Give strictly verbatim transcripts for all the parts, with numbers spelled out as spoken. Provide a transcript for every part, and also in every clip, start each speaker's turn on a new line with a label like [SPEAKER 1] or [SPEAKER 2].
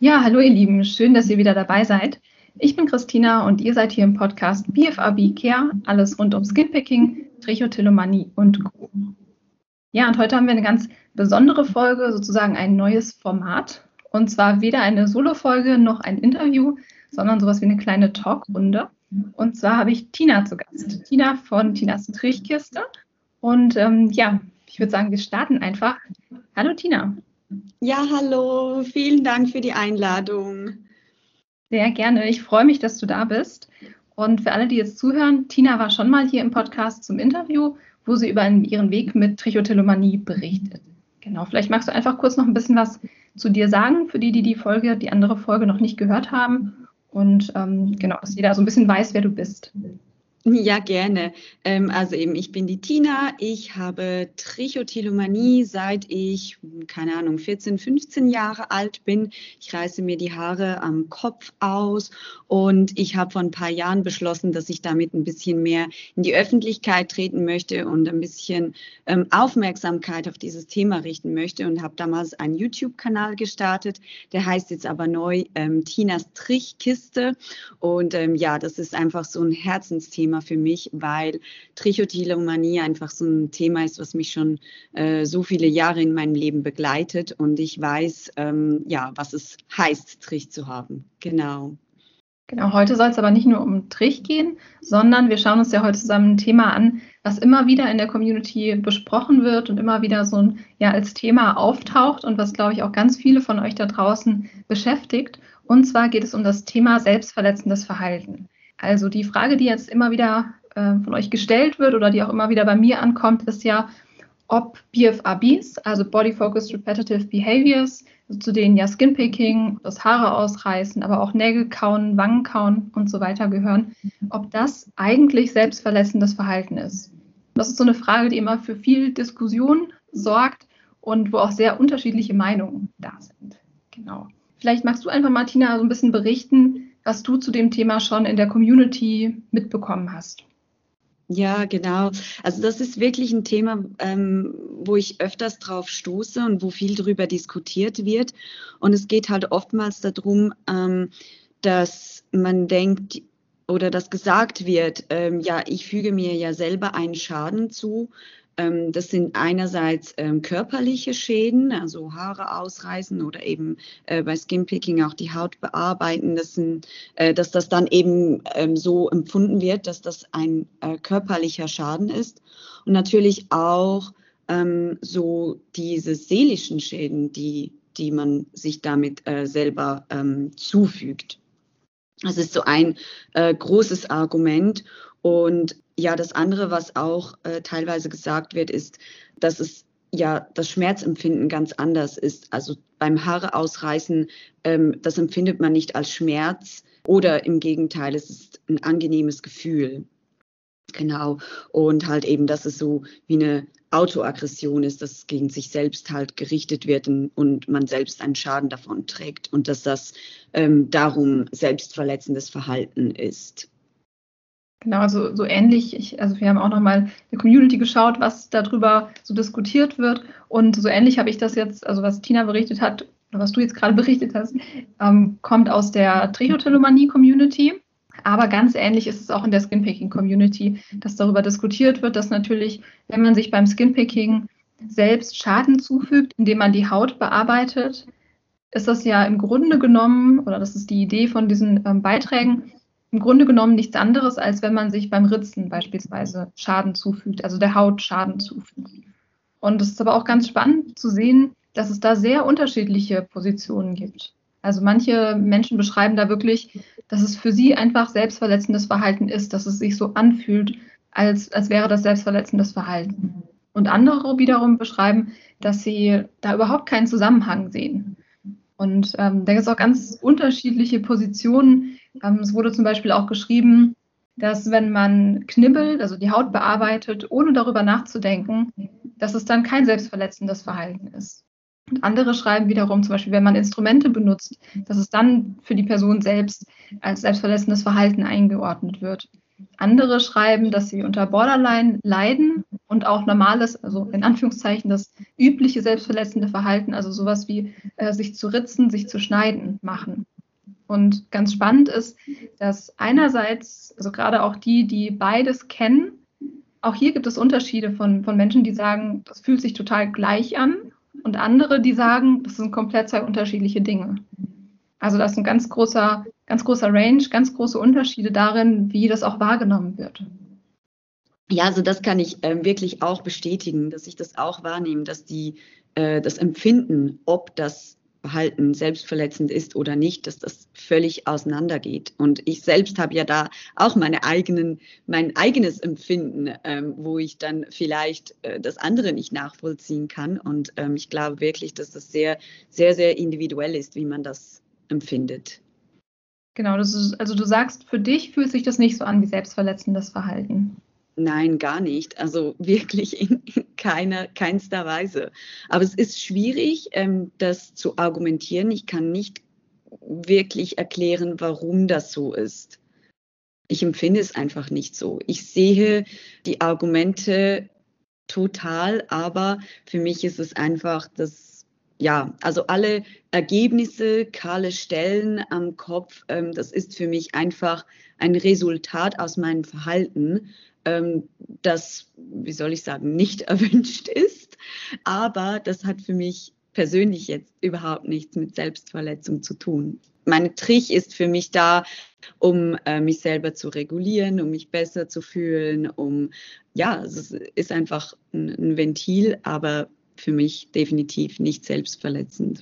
[SPEAKER 1] Ja, hallo ihr Lieben, schön, dass ihr wieder dabei seid. Ich bin Christina und ihr seid hier im Podcast B F A B Care, alles rund um Skinpicking, Trichotillomanie und Co. Ja, und heute haben wir eine ganz besondere Folge, sozusagen ein neues Format. Und zwar weder eine Solo-Folge noch ein Interview, sondern sowas wie eine kleine Talkrunde. Und zwar habe ich Tina zu Gast. Tina von Tinas Trichkiste. Und ähm, ja, ich würde sagen, wir starten einfach. Hallo Tina.
[SPEAKER 2] Ja, hallo, vielen Dank für die Einladung.
[SPEAKER 1] Sehr gerne. Ich freue mich, dass du da bist. Und für alle, die jetzt zuhören, Tina war schon mal hier im Podcast zum Interview, wo sie über ihren Weg mit Trichotillomanie berichtet. Genau, vielleicht magst du einfach kurz noch ein bisschen was zu dir sagen, für die, die die Folge, die andere Folge noch nicht gehört haben. Und ähm, genau, dass jeder so ein bisschen weiß, wer du bist.
[SPEAKER 2] Ja, gerne. Ähm, also eben, ich bin die Tina. Ich habe Trichotillomanie, seit ich, keine Ahnung, vierzehn, fünfzehn Jahre alt bin. Ich reiße mir die Haare am Kopf aus und ich habe vor ein paar Jahren beschlossen, dass ich damit ein bisschen mehr in die Öffentlichkeit treten möchte und ein bisschen ähm, Aufmerksamkeit auf dieses Thema richten möchte und habe damals einen YouTube-Kanal gestartet. Der heißt jetzt aber neu ähm, Tinas Trichkiste. Und ähm, ja, das ist einfach so ein Herzensthema für mich, weil Trichotillomanie einfach so ein Thema ist, was mich schon äh, so viele Jahre in meinem Leben begleitet und ich weiß, ähm, ja, was es heißt, Trich zu haben. Genau.
[SPEAKER 1] Genau, heute soll es aber nicht nur um Trich gehen, sondern wir schauen uns ja heute zusammen ein Thema an, was immer wieder in der Community besprochen wird und immer wieder so ein, ja, als Thema auftaucht und was, glaube ich, auch ganz viele von euch da draußen beschäftigt. Und zwar geht es um das Thema selbstverletzendes Verhalten. Also die Frage, die jetzt immer wieder äh, von euch gestellt wird oder die auch immer wieder bei mir ankommt, ist ja, ob B F A Bs, also Body Focused Repetitive Behaviors, zu denen ja Skinpicking, das Haare ausreißen, aber auch Nägel kauen, Wangen kauen und so weiter gehören, ob das eigentlich selbstverletzendes Verhalten ist. Das ist so eine Frage, die immer für viel Diskussion sorgt und wo auch sehr unterschiedliche Meinungen da sind. Genau. Vielleicht magst du einfach, Martina, so ein bisschen berichten, was du zu dem Thema schon in der Community mitbekommen hast.
[SPEAKER 2] Ja, genau. Also das ist wirklich ein Thema, ähm, wo ich öfters drauf stoße und wo viel drüber diskutiert wird. Und es geht halt oftmals darum, ähm, dass man denkt oder dass gesagt wird, ähm, ja, ich füge mir ja selber einen Schaden zu. Ähm, das sind einerseits ähm, körperliche Schäden, also Haare ausreißen oder eben äh, bei Skinpicking auch die Haut bearbeiten, das sind, äh, dass das dann eben ähm, so empfunden wird, dass das ein äh, körperlicher Schaden ist. Und natürlich auch ähm, so diese seelischen Schäden, die, die man sich damit äh, selber ähm, zufügt. Das ist so ein äh, großes Argument. Und ja, das andere, was auch äh, teilweise gesagt wird, ist, dass es ja das Schmerzempfinden ganz anders ist. Also beim Haare ausreißen, ähm, das empfindet man nicht als Schmerz oder im Gegenteil, es ist ein angenehmes Gefühl. Genau. Und halt eben, dass es so wie eine Autoaggression ist, dass gegen sich selbst halt gerichtet wird und, und man selbst einen Schaden davon trägt und dass das ähm, darum selbstverletzendes Verhalten ist.
[SPEAKER 1] Genau, also so ähnlich. Ich, also wir haben auch nochmal in der Community geschaut, was darüber so diskutiert wird. Und so ähnlich habe ich das jetzt, also was Tina berichtet hat, oder was du jetzt gerade berichtet hast, ähm, kommt aus der Trichotillomanie-Community. Aber ganz ähnlich ist es auch in der Skinpicking-Community, dass darüber diskutiert wird, dass natürlich, wenn man sich beim Skinpicking selbst Schaden zufügt, indem man die Haut bearbeitet, ist das ja im Grunde genommen, oder das ist die Idee von diesen ähm, Beiträgen, im Grunde genommen nichts anderes, als wenn man sich beim Ritzen beispielsweise Schaden zufügt, also der Haut Schaden zufügt. Und es ist aber auch ganz spannend zu sehen, dass es da sehr unterschiedliche Positionen gibt. Also manche Menschen beschreiben da wirklich, dass es für sie einfach selbstverletzendes Verhalten ist, dass es sich so anfühlt, als, als wäre das selbstverletzendes Verhalten. Und andere wiederum beschreiben, dass sie da überhaupt keinen Zusammenhang sehen. Und ähm, da gibt es auch ganz unterschiedliche Positionen. Ähm, es wurde zum Beispiel auch geschrieben, dass wenn man knibbelt, also die Haut bearbeitet, ohne darüber nachzudenken, dass es dann kein selbstverletzendes Verhalten ist. Und andere schreiben wiederum, zum Beispiel, wenn man Instrumente benutzt, dass es dann für die Person selbst als selbstverletzendes Verhalten eingeordnet wird. Andere schreiben, dass sie unter Borderline leiden und auch normales, also in Anführungszeichen das übliche selbstverletzende Verhalten, also sowas wie äh, sich zu ritzen, sich zu schneiden, machen. Und ganz spannend ist, dass einerseits, also gerade auch die, die beides kennen, auch hier gibt es Unterschiede von, von Menschen, die sagen, das fühlt sich total gleich an, und andere, die sagen, das sind komplett zwei unterschiedliche Dinge. Also da ist ein ganz großer, ganz großer Range, ganz große Unterschiede darin, wie das auch wahrgenommen wird.
[SPEAKER 2] Ja, also das kann ich äh, wirklich auch bestätigen, dass ich das auch wahrnehme, dass die äh, das Empfinden, ob das Verhalten selbstverletzend ist oder nicht, dass das völlig auseinandergeht. Und ich selbst habe ja da auch meine eigenen, mein eigenes Empfinden, ähm, wo ich dann vielleicht äh, das andere nicht nachvollziehen kann. Und ähm, ich glaube wirklich, dass das sehr, sehr, sehr individuell ist, wie man das empfindet.
[SPEAKER 1] Genau, das ist, also du sagst, für dich fühlt sich das nicht so an wie selbstverletzendes Verhalten.
[SPEAKER 2] Nein, gar nicht. Also wirklich in, in keiner, keinster Weise. Aber es ist schwierig, ähm, das zu argumentieren. Ich kann nicht wirklich erklären, warum das so ist. Ich empfinde es einfach nicht so. Ich sehe die Argumente total, aber für mich ist es einfach das, ja, also alle Ergebnisse, kahle Stellen am Kopf, ähm, das ist für mich einfach ein Resultat aus meinem Verhalten, ähm, das, wie soll ich sagen, nicht erwünscht ist. Aber das hat für mich persönlich jetzt überhaupt nichts mit Selbstverletzung zu tun. Mein Trick ist für mich da, um äh, mich selber zu regulieren, um mich besser zu fühlen, um, ja, es ist einfach ein, ein Ventil, aber für mich definitiv nicht selbstverletzend.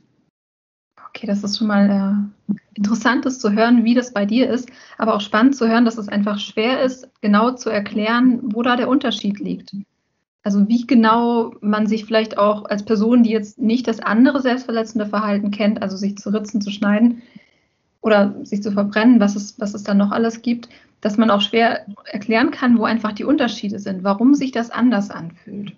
[SPEAKER 1] Okay, das ist schon mal äh, interessant, das zu hören, wie das bei dir ist, aber auch spannend zu hören, dass es einfach schwer ist, genau zu erklären, wo da der Unterschied liegt. Also wie genau man sich vielleicht auch als Person, die jetzt nicht das andere selbstverletzende Verhalten kennt, also sich zu ritzen, zu schneiden oder sich zu verbrennen, was es, was es dann noch alles gibt, dass man auch schwer erklären kann, wo einfach die Unterschiede sind, warum sich das anders anfühlt.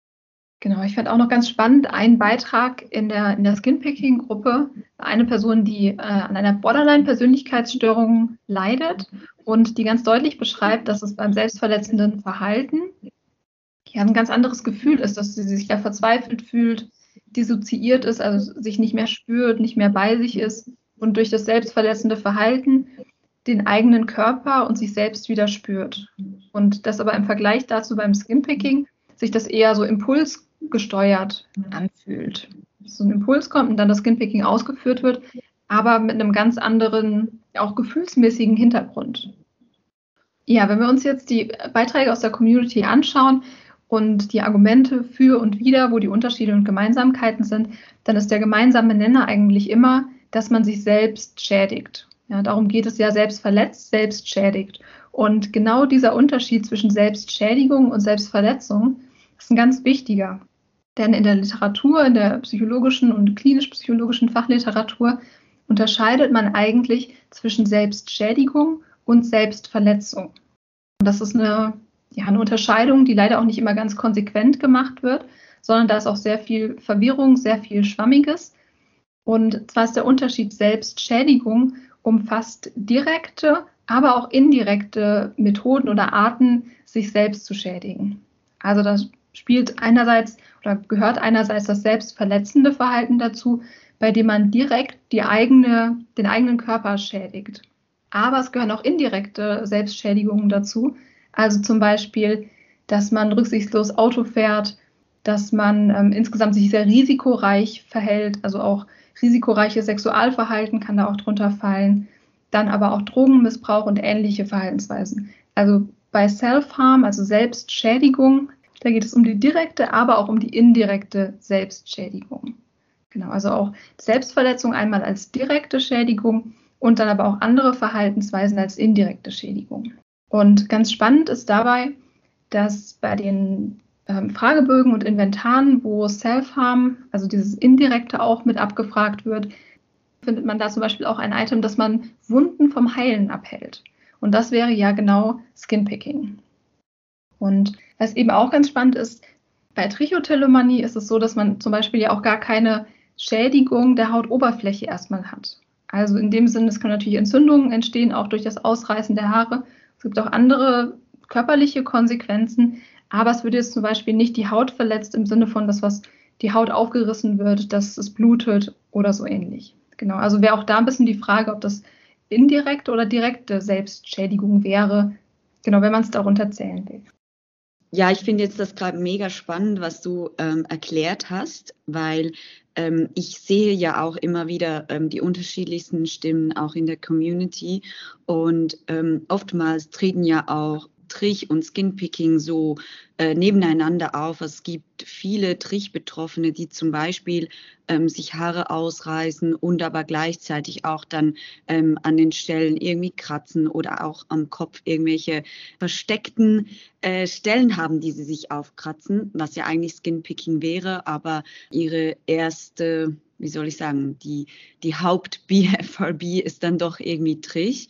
[SPEAKER 1] Genau, ich fand auch noch ganz spannend einen Beitrag in der, in der Skinpicking-Gruppe, eine Person, die äh, an einer Borderline-Persönlichkeitsstörung leidet und die ganz deutlich beschreibt, dass es beim selbstverletzenden Verhalten ja ein ganz anderes Gefühl ist, dass sie sich ja verzweifelt fühlt, dissoziiert ist, also sich nicht mehr spürt, nicht mehr bei sich ist und durch das selbstverletzende Verhalten den eigenen Körper und sich selbst wieder spürt. Und das aber im Vergleich dazu beim Skinpicking sich das eher so impulsgesteuert anfühlt. So ein Impuls kommt und dann das Skinpicking ausgeführt wird, aber mit einem ganz anderen, auch gefühlsmäßigen Hintergrund. Ja, wenn wir uns jetzt die Beiträge aus der Community anschauen und die Argumente für und wider, wo die Unterschiede und Gemeinsamkeiten sind, dann ist der gemeinsame Nenner eigentlich immer, dass man sich selbst schädigt. Ja, darum geht es ja, selbst verletzt, selbst schädigt. Und genau dieser Unterschied zwischen Selbstschädigung und Selbstverletzung ist ein ganz wichtiger. Denn in der Literatur, in der psychologischen und klinisch-psychologischen Fachliteratur unterscheidet man eigentlich zwischen Selbstschädigung und Selbstverletzung. Und das ist eine, ja, eine Unterscheidung, die leider auch nicht immer ganz konsequent gemacht wird, sondern da ist auch sehr viel Verwirrung, sehr viel Schwammiges. Und zwar ist der Unterschied Selbstschädigung umfasst direkte, aber auch indirekte Methoden oder Arten, sich selbst zu schädigen. Also das spielt einerseits oder gehört einerseits das selbstverletzende Verhalten dazu, bei dem man direkt die eigene, den eigenen Körper schädigt. Aber es gehören auch indirekte Selbstschädigungen dazu. Also zum Beispiel, dass man rücksichtslos Auto fährt, dass man ähm, insgesamt sich sehr risikoreich verhält, also auch risikoreiches Sexualverhalten kann da auch drunter fallen, dann aber auch Drogenmissbrauch und ähnliche Verhaltensweisen. Also bei Self-Harm, also Selbstschädigung, da geht es um die direkte, aber auch um die indirekte Selbstschädigung. Genau, also auch Selbstverletzung einmal als direkte Schädigung und dann aber auch andere Verhaltensweisen als indirekte Schädigung. Und ganz spannend ist dabei, dass bei den ähm, Fragebögen und Inventaren, wo Self-Harm, also dieses Indirekte auch mit abgefragt wird, findet man da zum Beispiel auch ein Item, dass man Wunden vom Heilen abhält. Und das wäre ja genau Skinpicking. Und was eben auch ganz spannend ist, bei Trichotillomanie ist es so, dass man zum Beispiel ja auch gar keine Schädigung der Hautoberfläche erstmal hat. Also in dem Sinne, es können natürlich Entzündungen entstehen, auch durch das Ausreißen der Haare Es gibt auch andere körperliche Konsequenzen, aber es wird jetzt zum Beispiel nicht die Haut verletzt im Sinne von, dass was die Haut aufgerissen wird, dass es blutet oder so ähnlich. Genau, also wäre auch da ein bisschen die Frage, ob das indirekte oder direkte Selbstschädigung wäre, genau, wenn man es darunter zählen will.
[SPEAKER 2] Ja, ich finde jetzt das gerade mega spannend, was du ähm, erklärt hast, weil ähm, ich sehe ja auch immer wieder ähm, die unterschiedlichsten Stimmen auch in der Community und ähm, oftmals treten ja auch Trich und Skinpicking so äh, nebeneinander auf. Es gibt viele Trich-Betroffene, die zum Beispiel ähm, sich Haare ausreißen und aber gleichzeitig auch dann ähm, an den Stellen irgendwie kratzen oder auch am Kopf irgendwelche versteckten äh, Stellen haben, die sie sich aufkratzen, was ja eigentlich Skinpicking wäre, aber ihre erste, wie soll ich sagen, die, die Haupt-B F R B ist dann doch irgendwie Trich.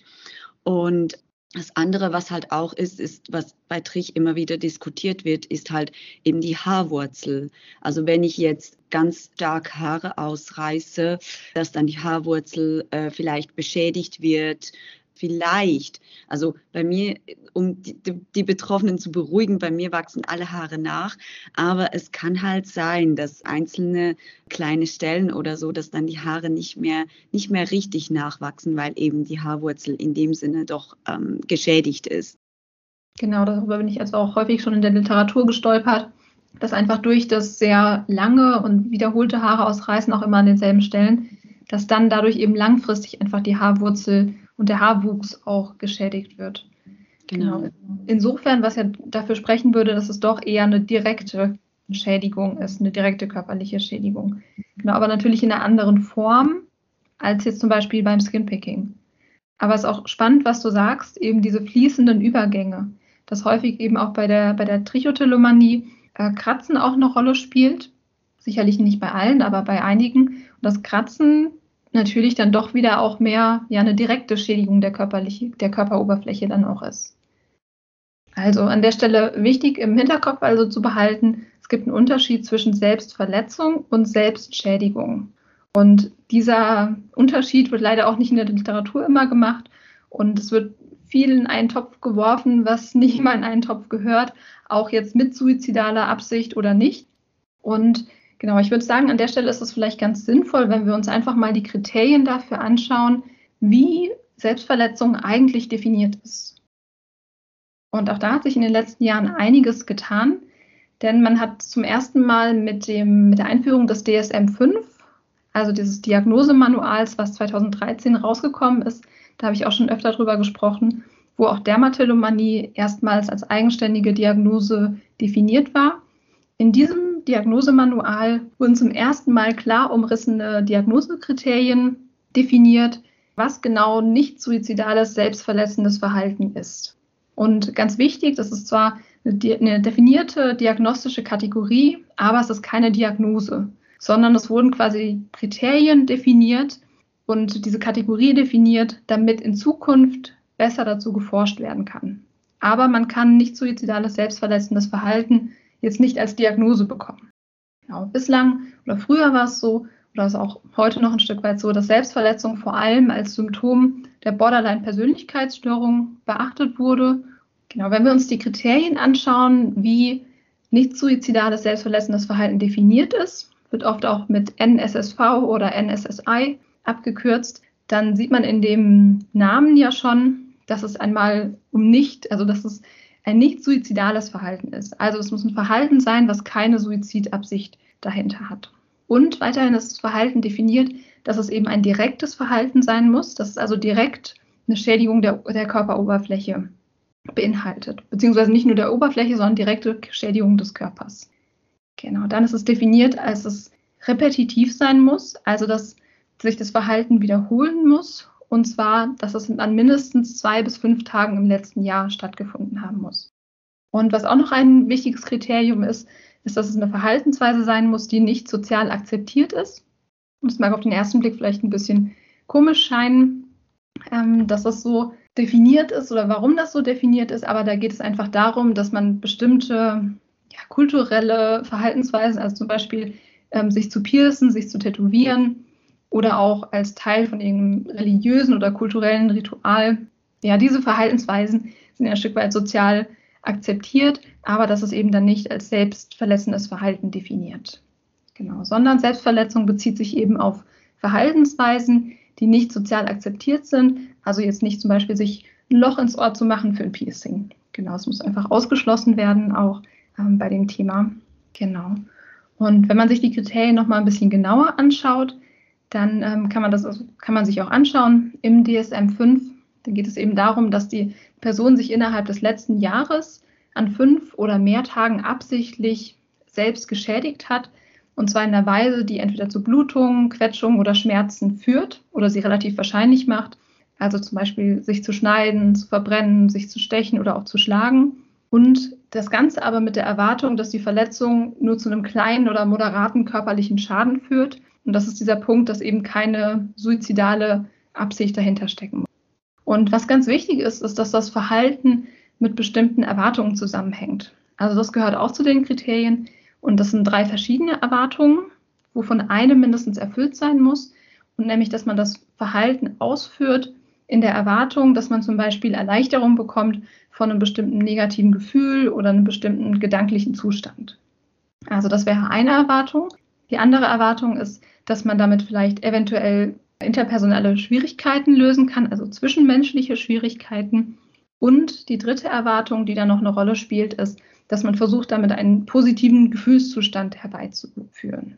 [SPEAKER 2] Und das andere, was halt auch ist, ist, was bei Trich immer wieder diskutiert wird, ist halt eben die Haarwurzel. Also wenn ich jetzt ganz stark Haare ausreiße, dass dann die Haarwurzel äh, vielleicht beschädigt wird, vielleicht. Also bei mir, um die, die Betroffenen zu beruhigen, bei mir wachsen alle Haare nach, aber es kann halt sein, dass einzelne kleine Stellen oder so, dass dann die Haare nicht mehr, nicht mehr richtig nachwachsen, weil eben die Haarwurzel in dem Sinne doch ähm, geschädigt ist.
[SPEAKER 1] Genau, darüber bin ich also auch häufig schon in der Literatur gestolpert, dass einfach durch das sehr lange und wiederholte Haare ausreißen, auch immer an denselben Stellen, dass dann dadurch eben langfristig einfach die Haarwurzel und der Haarwuchs auch geschädigt wird.
[SPEAKER 2] Genau.
[SPEAKER 1] Genau. Insofern, was ja dafür sprechen würde, dass es doch eher eine direkte Schädigung ist, eine direkte körperliche Schädigung. Genau, aber natürlich in einer anderen Form als jetzt zum Beispiel beim Skinpicking. Aber es ist auch spannend, was du sagst, eben diese fließenden Übergänge, dass häufig eben auch bei der, bei der Trichotillomanie äh, Kratzen auch eine Rolle spielt. Sicherlich nicht bei allen, aber bei einigen. Und das Kratzen natürlich dann doch wieder auch mehr ja, eine direkte Schädigung der, körperliche, der Körperoberfläche dann auch ist. Also an der Stelle wichtig im Hinterkopf also zu behalten, es gibt einen Unterschied zwischen Selbstverletzung und Selbstschädigung. Und dieser Unterschied wird leider auch nicht in der Literatur immer gemacht. Und es wird viel in einen Topf geworfen, was nicht mal in einen Topf gehört, auch jetzt mit suizidaler Absicht oder nicht. Und genau, ich würde sagen, an der Stelle ist es vielleicht ganz sinnvoll, wenn wir uns einfach mal die Kriterien dafür anschauen, wie Selbstverletzung eigentlich definiert ist. Und auch da hat sich in den letzten Jahren einiges getan, denn man hat zum ersten Mal mit, dem, mit der Einführung des D S M fünf, also dieses Diagnosemanuals, was zweitausenddreizehn rausgekommen ist, da habe ich auch schon öfter drüber gesprochen, wo auch Dermatillomanie erstmals als eigenständige Diagnose definiert war. In diesem Diagnosemanual wurden zum ersten Mal klar umrissene Diagnosekriterien definiert, was genau nicht suizidales, selbstverletzendes Verhalten ist. Und ganz wichtig, das ist zwar eine definierte diagnostische Kategorie, aber es ist keine Diagnose, sondern es wurden quasi Kriterien definiert und diese Kategorie definiert, damit in Zukunft besser dazu geforscht werden kann. Aber man kann nicht suizidales, selbstverletzendes Verhalten jetzt nicht als Diagnose bekommen. Genau, bislang oder früher war es so, oder ist auch heute noch ein Stück weit so, dass Selbstverletzung vor allem als Symptom der Borderline-Persönlichkeitsstörung beachtet wurde. Genau, wenn wir uns die Kriterien anschauen, wie nicht suizidales, selbstverletzendes Verhalten definiert ist, wird oft auch mit N S S V oder N S S I abgekürzt, dann sieht man in dem Namen ja schon, dass es einmal um nicht, also dass es ein nicht suizidales Verhalten ist. Also es muss ein Verhalten sein, was keine Suizidabsicht dahinter hat. Und weiterhin ist das Verhalten definiert, dass es eben ein direktes Verhalten sein muss, dass es also direkt eine Schädigung der, der Körperoberfläche beinhaltet. Beziehungsweise nicht nur der Oberfläche, sondern direkte Schädigung des Körpers. Genau, dann ist es definiert, als es repetitiv sein muss, also dass sich das Verhalten wiederholen muss. Und zwar, dass es an mindestens zwei bis fünf Tagen im letzten Jahr stattgefunden haben muss. Und was auch noch ein wichtiges Kriterium ist, ist, dass es eine Verhaltensweise sein muss, die nicht sozial akzeptiert ist. Und es mag auf den ersten Blick vielleicht ein bisschen komisch scheinen, ähm, dass das so definiert ist oder warum das so definiert ist, aber da geht es einfach darum, dass man bestimmte ja, kulturelle Verhaltensweisen, also zum Beispiel ähm, sich zu piercen, sich zu tätowieren oder auch als Teil von irgendeinem religiösen oder kulturellen Ritual, ja, diese Verhaltensweisen sind ja ein Stück weit sozial akzeptiert, aber das ist eben dann nicht als selbstverletzendes Verhalten definiert. Genau, sondern Selbstverletzung bezieht sich eben auf Verhaltensweisen, die nicht sozial akzeptiert sind. Also jetzt nicht zum Beispiel sich ein Loch ins Ohr zu machen für ein Piercing. Genau, es muss einfach ausgeschlossen werden, auch ähm, bei dem Thema. Genau. Und wenn man sich die Kriterien noch mal ein bisschen genauer anschaut, dann ähm, kann man das also, kann man sich auch anschauen im D S M fünf. Da geht es eben darum, dass die Person sich innerhalb des letzten Jahres an fünf oder mehr Tagen absichtlich selbst geschädigt hat. Und zwar in einer Weise, die entweder zu Blutungen, Quetschungen oder Schmerzen führt oder sie relativ wahrscheinlich macht. Also zum Beispiel sich zu schneiden, zu verbrennen, sich zu stechen oder auch zu schlagen. Und das Ganze aber mit der Erwartung, dass die Verletzung nur zu einem kleinen oder moderaten körperlichen Schaden führt. Und das ist dieser Punkt, dass eben keine suizidale Absicht dahinter stecken muss. Und was ganz wichtig ist, ist, dass das Verhalten mit bestimmten Erwartungen zusammenhängt. Also das gehört auch zu den Kriterien. Und das sind drei verschiedene Erwartungen, wovon eine mindestens erfüllt sein muss. Und nämlich, dass man das Verhalten ausführt in der Erwartung, dass man zum Beispiel Erleichterung bekommt von einem bestimmten negativen Gefühl oder einem bestimmten gedanklichen Zustand. Also das wäre eine Erwartung. Die andere Erwartung ist, dass man damit vielleicht eventuell interpersonelle Schwierigkeiten lösen kann, also zwischenmenschliche Schwierigkeiten. Und die dritte Erwartung, die da noch eine Rolle spielt, ist, dass man versucht, damit einen positiven Gefühlszustand herbeizuführen.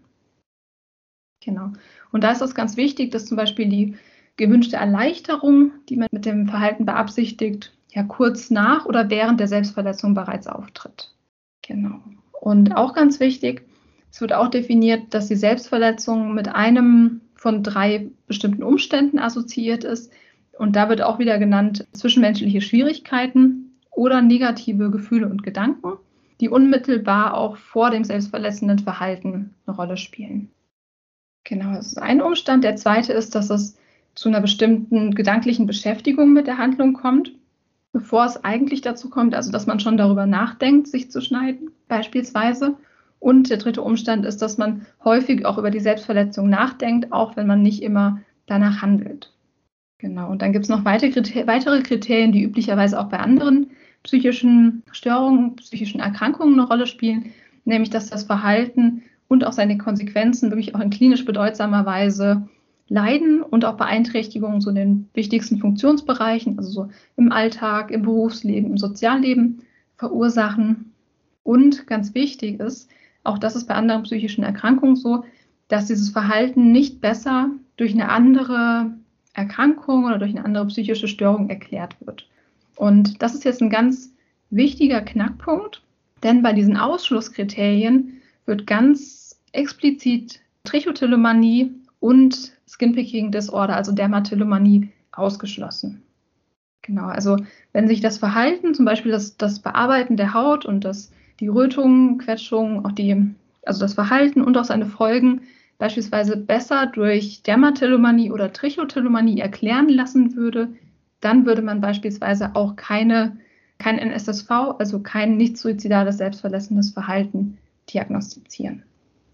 [SPEAKER 1] Genau. Und da ist es ganz wichtig, dass zum Beispiel die gewünschte Erleichterung, die man mit dem Verhalten beabsichtigt, ja kurz nach oder während der Selbstverletzung bereits auftritt. Genau. Und auch ganz wichtig, es wird auch definiert, dass die Selbstverletzung mit einem von drei bestimmten Umständen assoziiert ist. Und da wird auch wieder genannt zwischenmenschliche Schwierigkeiten oder negative Gefühle und Gedanken, die unmittelbar auch vor dem selbstverletzenden Verhalten eine Rolle spielen. Genau, das ist ein Umstand. Der zweite ist, dass es zu einer bestimmten gedanklichen Beschäftigung mit der Handlung kommt, bevor es eigentlich dazu kommt, also dass man schon darüber nachdenkt, sich zu schneiden beispielsweise. Und der dritte Umstand ist, dass man häufig auch über die Selbstverletzung nachdenkt, auch wenn man nicht immer danach handelt. Genau, und dann gibt es noch weitere Kriterien, die üblicherweise auch bei anderen psychischen Störungen, psychischen Erkrankungen eine Rolle spielen, nämlich dass das Verhalten und auch seine Konsequenzen wirklich auch in klinisch bedeutsamer Weise Leiden und auch Beeinträchtigungen so in den wichtigsten Funktionsbereichen, also so im Alltag, im Berufsleben, im Sozialleben verursachen. Und ganz wichtig ist, auch das ist bei anderen psychischen Erkrankungen so, dass dieses Verhalten nicht besser durch eine andere Erkrankung oder durch eine andere psychische Störung erklärt wird. Und das ist jetzt ein ganz wichtiger Knackpunkt, denn bei diesen Ausschlusskriterien wird ganz explizit Trichotillomanie und Skin-Picking Disorder, also Dermatillomanie, ausgeschlossen. Genau, also wenn sich das Verhalten, zum Beispiel das, das Bearbeiten der Haut und das, die Rötungen, Quetschungen, auch die, also das Verhalten und auch seine Folgen beispielsweise besser durch Dermatillomanie oder Trichotillomanie erklären lassen würde, dann würde man beispielsweise auch keine, kein N S S V, also kein nicht suizidales selbstverletzendes Verhalten diagnostizieren.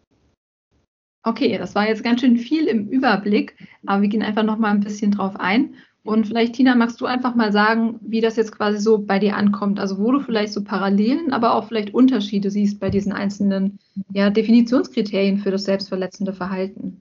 [SPEAKER 1] Okay, das war jetzt ganz schön viel im Überblick, aber wir gehen einfach noch mal ein bisschen drauf ein. Und vielleicht, Tina, magst du einfach mal sagen, wie das jetzt quasi so bei dir ankommt? Also wo du vielleicht so Parallelen, aber auch vielleicht Unterschiede siehst bei diesen einzelnen ja, Definitionskriterien für das selbstverletzende Verhalten.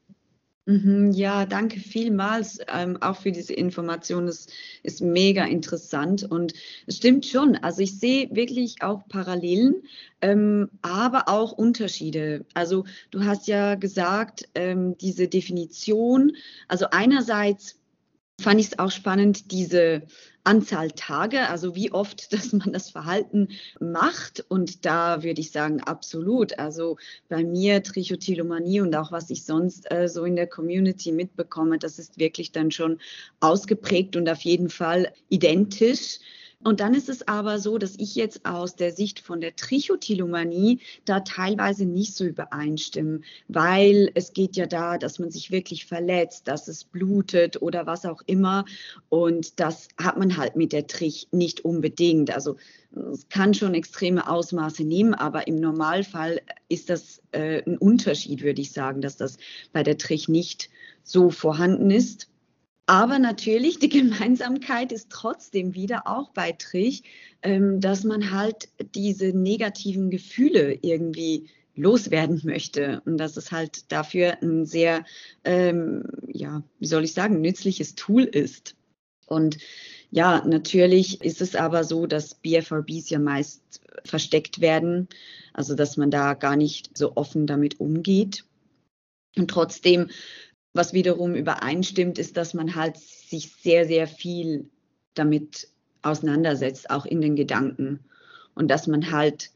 [SPEAKER 2] Ja, danke vielmals ähm, auch für diese Information. Das ist mega interessant und es stimmt schon. Also ich sehe wirklich auch Parallelen, ähm, aber auch Unterschiede. Also du hast ja gesagt, ähm, diese Definition, also einerseits fand ich es auch spannend, diese Anzahl Tage, also wie oft, dass man das Verhalten macht. Und da würde ich sagen, absolut. Also bei mir Trichotillomanie und auch was ich sonst äh, so in der Community mitbekomme, das ist wirklich dann schon ausgeprägt und auf jeden Fall identisch. Und dann ist es aber so, dass ich jetzt aus der Sicht von der Trichotillomanie da teilweise nicht so übereinstimme, weil es geht ja da, dass man sich wirklich verletzt, dass es blutet oder was auch immer. Und das hat man halt mit der Trich nicht unbedingt. Also es kann schon extreme Ausmaße nehmen, aber im Normalfall ist das äh, ein Unterschied, würde ich sagen, dass das bei der Trich nicht so vorhanden ist. Aber natürlich, die Gemeinsamkeit ist trotzdem wieder auch bei Trich, ähm, dass man halt diese negativen Gefühle irgendwie loswerden möchte und dass es halt dafür ein sehr, ähm, ja, wie soll ich sagen, nützliches Tool ist. Und ja, natürlich ist es aber so, dass B F R Bs ja meist versteckt werden, also dass man da gar nicht so offen damit umgeht. Und trotzdem, was wiederum übereinstimmt, ist, dass man halt sich sehr, sehr viel damit auseinandersetzt, auch in den Gedanken. Und dass man halt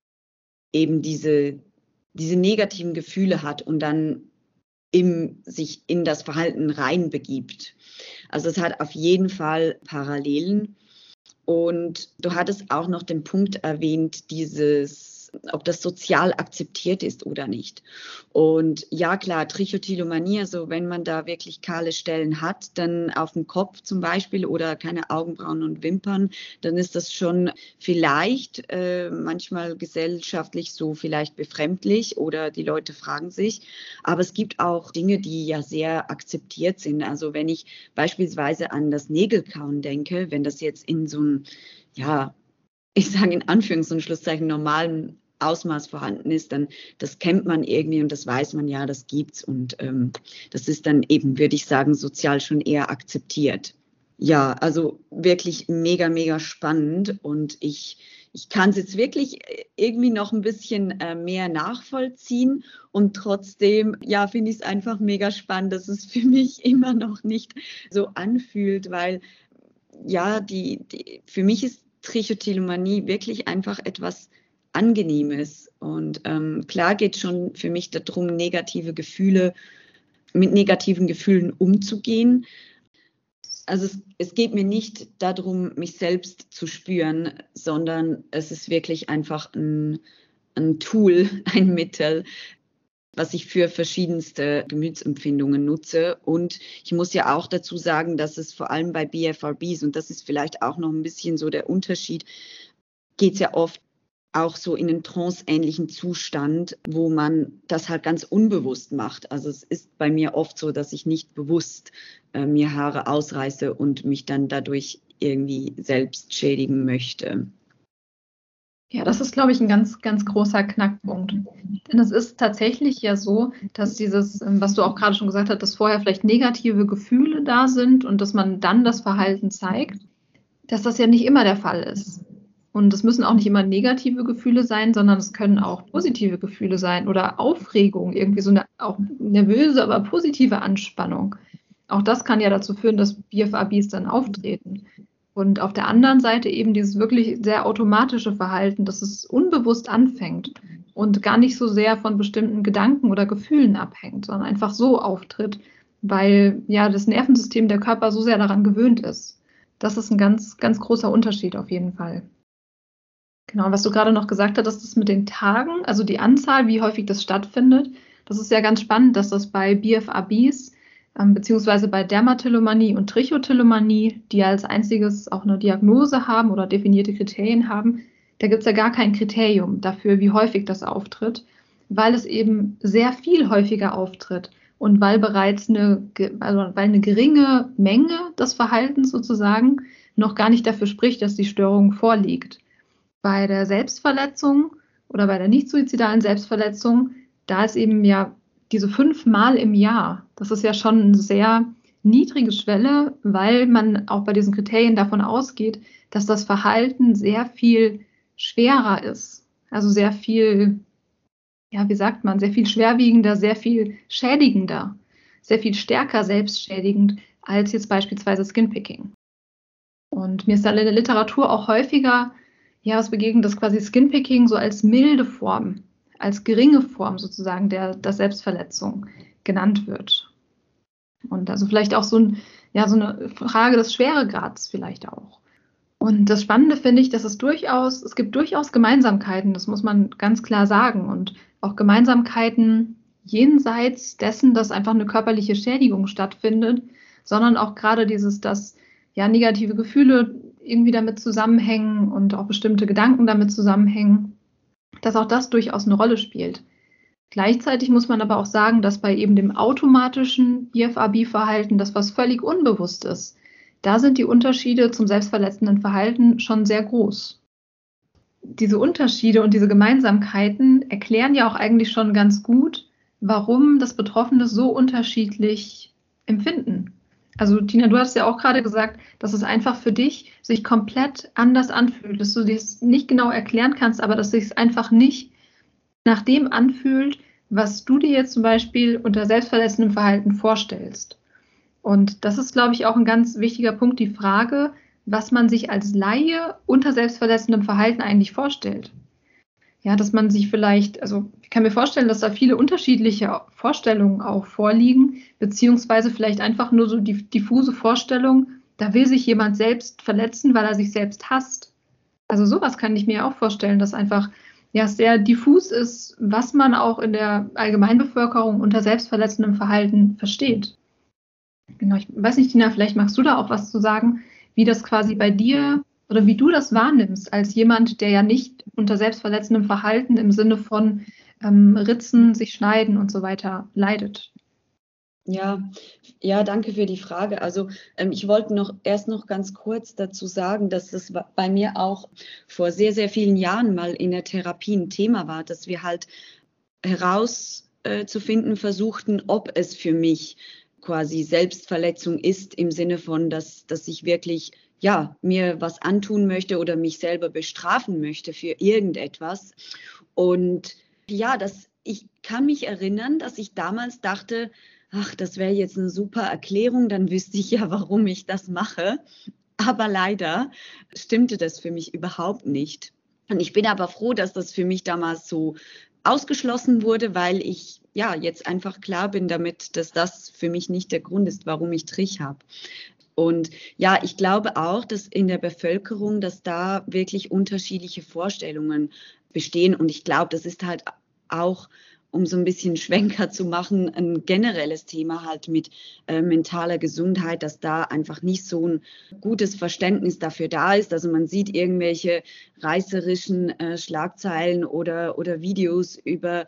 [SPEAKER 2] eben diese, diese negativen Gefühle hat und dann im, sich in das Verhalten reinbegibt. Also es hat auf jeden Fall Parallelen. Und du hattest auch noch den Punkt erwähnt, dieses, ob das sozial akzeptiert ist oder nicht. Und ja, klar, Trichotillomanie, also wenn man da wirklich kahle Stellen hat, dann auf dem Kopf zum Beispiel oder keine Augenbrauen und Wimpern, dann ist das schon vielleicht äh, manchmal gesellschaftlich so vielleicht befremdlich oder die Leute fragen sich. Aber es gibt auch Dinge, die ja sehr akzeptiert sind. Also wenn ich beispielsweise an das Nägelkauen denke, wenn das jetzt in so einem, ja, ich sage in Anführungs- und Schlusszeichen, normalen Ausmaß vorhanden ist, dann das kennt man irgendwie und das weiß man ja, das gibt's und ähm, das ist dann eben, würde ich sagen, sozial schon eher akzeptiert. Ja, also wirklich mega, mega spannend und ich, ich kann es jetzt wirklich irgendwie noch ein bisschen äh, mehr nachvollziehen und trotzdem, ja, finde ich es einfach mega spannend, dass es für mich immer noch nicht so anfühlt, weil ja, die, die, für mich ist Trichotillomanie wirklich einfach etwas Angenehmes. Und ähm, klar geht es schon für mich darum, negative Gefühle, mit negativen Gefühlen umzugehen. Also es, es geht mir nicht darum, mich selbst zu spüren, sondern es ist wirklich einfach ein, ein Tool, ein Mittel, was ich für verschiedenste Gemütsempfindungen nutze. Und ich muss ja auch dazu sagen, dass es vor allem bei B F R Bs, und das ist vielleicht auch noch ein bisschen so der Unterschied, geht es ja oft auch so in einen tranceähnlichen Zustand, wo man das halt ganz unbewusst macht. Also es ist bei mir oft so, dass ich nicht bewusst äh, mir Haare ausreiße und mich dann dadurch irgendwie selbst schädigen möchte.
[SPEAKER 1] Ja, das ist, glaube ich, ein ganz, ganz großer Knackpunkt. Denn es ist tatsächlich ja so, dass dieses, was du auch gerade schon gesagt hast, dass vorher vielleicht negative Gefühle da sind und dass man dann das Verhalten zeigt, dass das ja nicht immer der Fall ist. Und es müssen auch nicht immer negative Gefühle sein, sondern es können auch positive Gefühle sein oder Aufregung, irgendwie so eine auch nervöse, aber positive Anspannung. Auch das kann ja dazu führen, dass B F R Bs dann auftreten. Und auf der anderen Seite eben dieses wirklich sehr automatische Verhalten, dass es unbewusst anfängt und gar nicht so sehr von bestimmten Gedanken oder Gefühlen abhängt, sondern einfach so auftritt, weil ja das Nervensystem, der Körper so sehr daran gewöhnt ist. Das ist ein ganz, ganz großer Unterschied auf jeden Fall. Genau, was du gerade noch gesagt hast, das ist mit den Tagen, also die Anzahl, wie häufig das stattfindet. Das ist ja ganz spannend, dass das bei B F R Bs ähm, beziehungsweise bei Dermatillomanie und Trichotillomanie, die als einziges auch eine Diagnose haben oder definierte Kriterien haben, da gibt es ja gar kein Kriterium dafür, wie häufig das auftritt, weil es eben sehr viel häufiger auftritt und weil bereits eine, also weil eine geringe Menge des Verhaltens sozusagen noch gar nicht dafür spricht, dass die Störung vorliegt. Bei der Selbstverletzung oder bei der nicht-suizidalen Selbstverletzung, da ist eben ja diese fünfmal im Jahr, das ist ja schon eine sehr niedrige Schwelle, weil man auch bei diesen Kriterien davon ausgeht, dass das Verhalten sehr viel schwerer ist. Also sehr viel, ja, wie sagt man, sehr viel schwerwiegender, sehr viel schädigender, sehr viel stärker selbstschädigend als jetzt beispielsweise Skinpicking. Und mir ist da in der Literatur auch häufiger ja, was begegnet, dass quasi Skinpicking so als milde Form, als geringe Form sozusagen der, der Selbstverletzung genannt wird. Und also vielleicht auch so, ein, ja, so eine Frage des Schweregrads vielleicht auch. Und das Spannende finde ich, dass es durchaus, es gibt durchaus Gemeinsamkeiten, das muss man ganz klar sagen. Und auch Gemeinsamkeiten jenseits dessen, dass einfach eine körperliche Schädigung stattfindet, sondern auch gerade dieses, dass ja negative Gefühle irgendwie damit zusammenhängen und auch bestimmte Gedanken damit zusammenhängen, dass auch das durchaus eine Rolle spielt. Gleichzeitig muss man aber auch sagen, dass bei eben dem automatischen B F A B-Verhalten, das was völlig unbewusst ist, da sind die Unterschiede zum selbstverletzenden Verhalten schon sehr groß. Diese Unterschiede und diese Gemeinsamkeiten erklären ja auch eigentlich schon ganz gut, warum das Betroffene so unterschiedlich empfinden. Also Tina, du hast ja auch gerade gesagt, dass es einfach für dich sich komplett anders anfühlt, dass du dir es nicht genau erklären kannst, aber dass sich es einfach nicht nach dem anfühlt, was du dir jetzt zum Beispiel unter selbstverletzendem Verhalten vorstellst. Und das ist, glaube ich, auch ein ganz wichtiger Punkt, die Frage, was man sich als Laie unter selbstverletzendem Verhalten eigentlich vorstellt. Ja, dass man sich vielleicht, also ich kann mir vorstellen, dass da viele unterschiedliche Vorstellungen auch vorliegen, beziehungsweise vielleicht einfach nur so die diffuse Vorstellung, da will sich jemand selbst verletzen, weil er sich selbst hasst. Also sowas kann ich mir auch vorstellen, dass einfach ja sehr diffus ist, was man auch in der Allgemeinbevölkerung unter selbstverletzendem Verhalten versteht. Genau, ich weiß nicht, Tina, vielleicht magst du da auch was zu sagen, wie das quasi bei dir oder wie du das wahrnimmst als jemand, der ja nicht unter selbstverletzendem Verhalten im Sinne von ähm, Ritzen, sich schneiden und so weiter leidet.
[SPEAKER 2] Ja, ja, danke für die Frage. Also ähm, ich wollte noch erst noch ganz kurz dazu sagen, dass das bei mir auch vor sehr, sehr vielen Jahren mal in der Therapie ein Thema war, dass wir halt herauszufinden äh, versuchten, ob es für mich quasi Selbstverletzung ist, im Sinne von, dass, dass ich wirklich ja, mir was antun möchte oder mich selber bestrafen möchte für irgendetwas. Und ja, das, ich kann mich erinnern, dass ich damals dachte, ach, das wäre jetzt eine super Erklärung, dann wüsste ich ja, warum ich das mache. Aber leider stimmte das für mich überhaupt nicht. Und ich bin aber froh, dass das für mich damals so ausgeschlossen wurde, weil ich ja jetzt einfach klar bin damit, dass das für mich nicht der Grund ist, warum ich Trich habe. Und ja, ich glaube auch, dass in der Bevölkerung, dass da wirklich unterschiedliche Vorstellungen bestehen. Und ich glaube, das ist halt auch, um so ein bisschen Schwenker zu machen, ein generelles Thema halt mit äh, mentaler Gesundheit, dass da einfach nicht so ein gutes Verständnis dafür da ist. Also man sieht irgendwelche reißerischen äh, Schlagzeilen oder, oder Videos über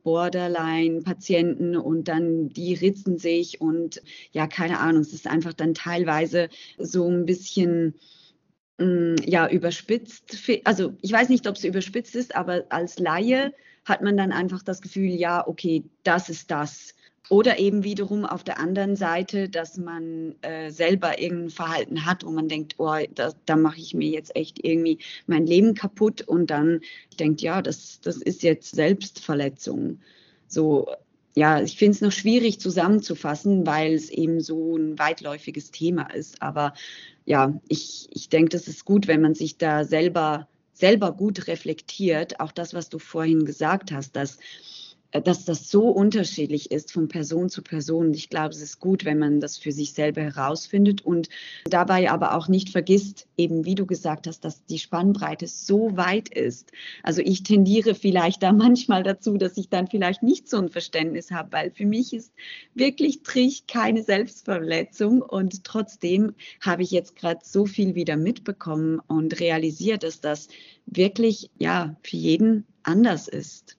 [SPEAKER 2] Borderline-Patienten und dann die ritzen sich und ja, keine Ahnung, es ist einfach dann teilweise so ein bisschen mh, ja, überspitzt. Also ich weiß nicht, ob es überspitzt ist, aber als Laie hat man dann einfach das Gefühl, ja, okay, das ist das. Oder eben wiederum auf der anderen Seite, dass man äh, selber irgendein Verhalten hat, wo man denkt, oh, da, da mache ich mir jetzt echt irgendwie mein Leben kaputt und dann denkt, ja, das, das ist jetzt Selbstverletzung. So, ja, ich finde es noch schwierig zusammenzufassen, weil es eben so ein weitläufiges Thema ist. Aber ja, ich, ich denke, das ist gut, wenn man sich da selber selber gut reflektiert, auch das, was du vorhin gesagt hast, dass, dass das so unterschiedlich ist von Person zu Person. Ich glaube, es ist gut, wenn man das für sich selber herausfindet und dabei aber auch nicht vergisst, eben wie du gesagt hast, dass die Spannbreite so weit ist. Also ich tendiere vielleicht da manchmal dazu, dass ich dann vielleicht nicht so ein Verständnis habe, weil für mich ist wirklich Trich keine Selbstverletzung und trotzdem habe ich jetzt gerade so viel wieder mitbekommen und realisiert, dass das wirklich ja für jeden anders ist.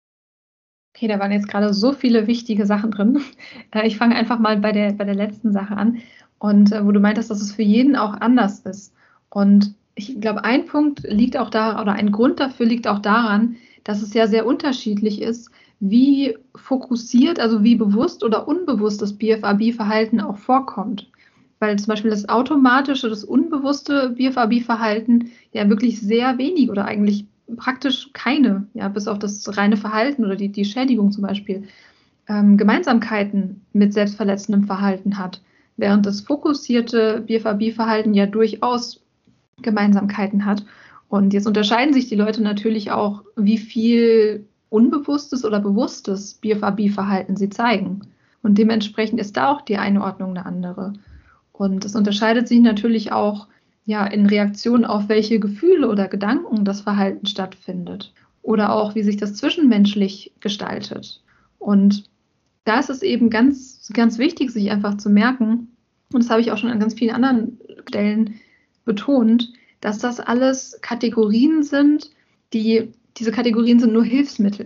[SPEAKER 1] Okay, da waren jetzt gerade so viele wichtige Sachen drin. Ich fange einfach mal bei der, bei der letzten Sache an. Und wo du meintest, dass es für jeden auch anders ist. Und ich glaube, ein Punkt liegt auch da, oder ein Grund dafür liegt auch daran, dass es ja sehr unterschiedlich ist, wie fokussiert, also wie bewusst oder unbewusst das B F A B-Verhalten auch vorkommt. Weil zum Beispiel das automatische, das unbewusste B F A B-Verhalten ja wirklich sehr wenig oder eigentlich praktisch keine, ja, bis auf das reine Verhalten oder die, die Schädigung zum Beispiel, ähm, Gemeinsamkeiten mit selbstverletzendem Verhalten hat, während das fokussierte B F A B-Verhalten ja durchaus Gemeinsamkeiten hat. Und jetzt unterscheiden sich die Leute natürlich auch, wie viel unbewusstes oder bewusstes B F A B-Verhalten sie zeigen. Und dementsprechend ist da auch die Einordnung eine andere. Und es unterscheidet sich natürlich auch ja, in Reaktion auf welche Gefühle oder Gedanken das Verhalten stattfindet oder auch, wie sich das zwischenmenschlich gestaltet. Und da ist es eben ganz, ganz wichtig, sich einfach zu merken, und das habe ich auch schon an ganz vielen anderen Stellen betont, dass das alles Kategorien sind, die, diese Kategorien sind nur Hilfsmittel.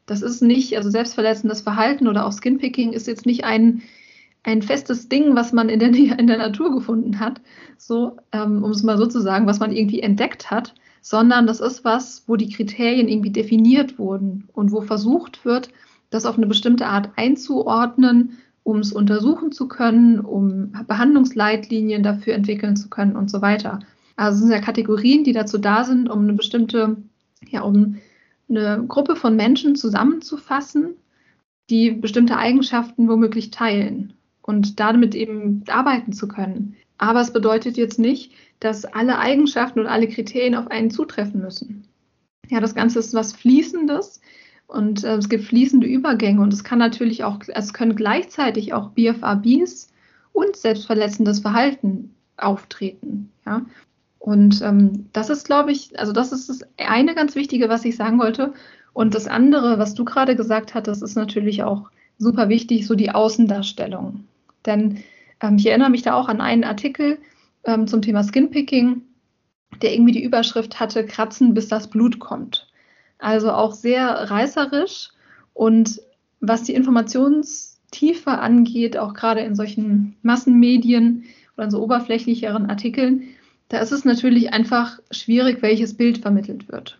[SPEAKER 1] Das ist nicht, also selbstverletzendes Verhalten oder auch Skinpicking ist jetzt nicht ein, ein festes Ding, was man in der, in der Natur gefunden hat, so, ähm, um es mal so zu sagen, was man irgendwie entdeckt hat, sondern das ist was, wo die Kriterien irgendwie definiert wurden und wo versucht wird, das auf eine bestimmte Art einzuordnen, um es untersuchen zu können, um Behandlungsleitlinien dafür entwickeln zu können und so weiter. Also es sind ja Kategorien, die dazu da sind, um eine bestimmte, ja, um eine Gruppe von Menschen zusammenzufassen, die bestimmte Eigenschaften womöglich teilen und damit eben arbeiten zu können. Aber es bedeutet jetzt nicht, dass alle Eigenschaften und alle Kriterien auf einen zutreffen müssen. Ja, das Ganze ist was Fließendes und äh, es gibt fließende Übergänge und es kann natürlich auch, es können gleichzeitig auch B F A Bs und selbstverletzendes Verhalten auftreten. Ja. Und ähm, das ist, glaube ich, also das ist das eine ganz Wichtige, was ich sagen wollte. Und das andere, was du gerade gesagt hattest, ist natürlich auch super wichtig, so die Außendarstellung. Denn ähm, ich erinnere mich da auch an einen Artikel ähm, zum Thema Skinpicking, der irgendwie die Überschrift hatte, Kratzen, bis das Blut kommt. Also auch sehr reißerisch und was die Informationstiefe angeht, auch gerade in solchen Massenmedien oder in so oberflächlicheren Artikeln, da ist es natürlich einfach schwierig, welches Bild vermittelt wird.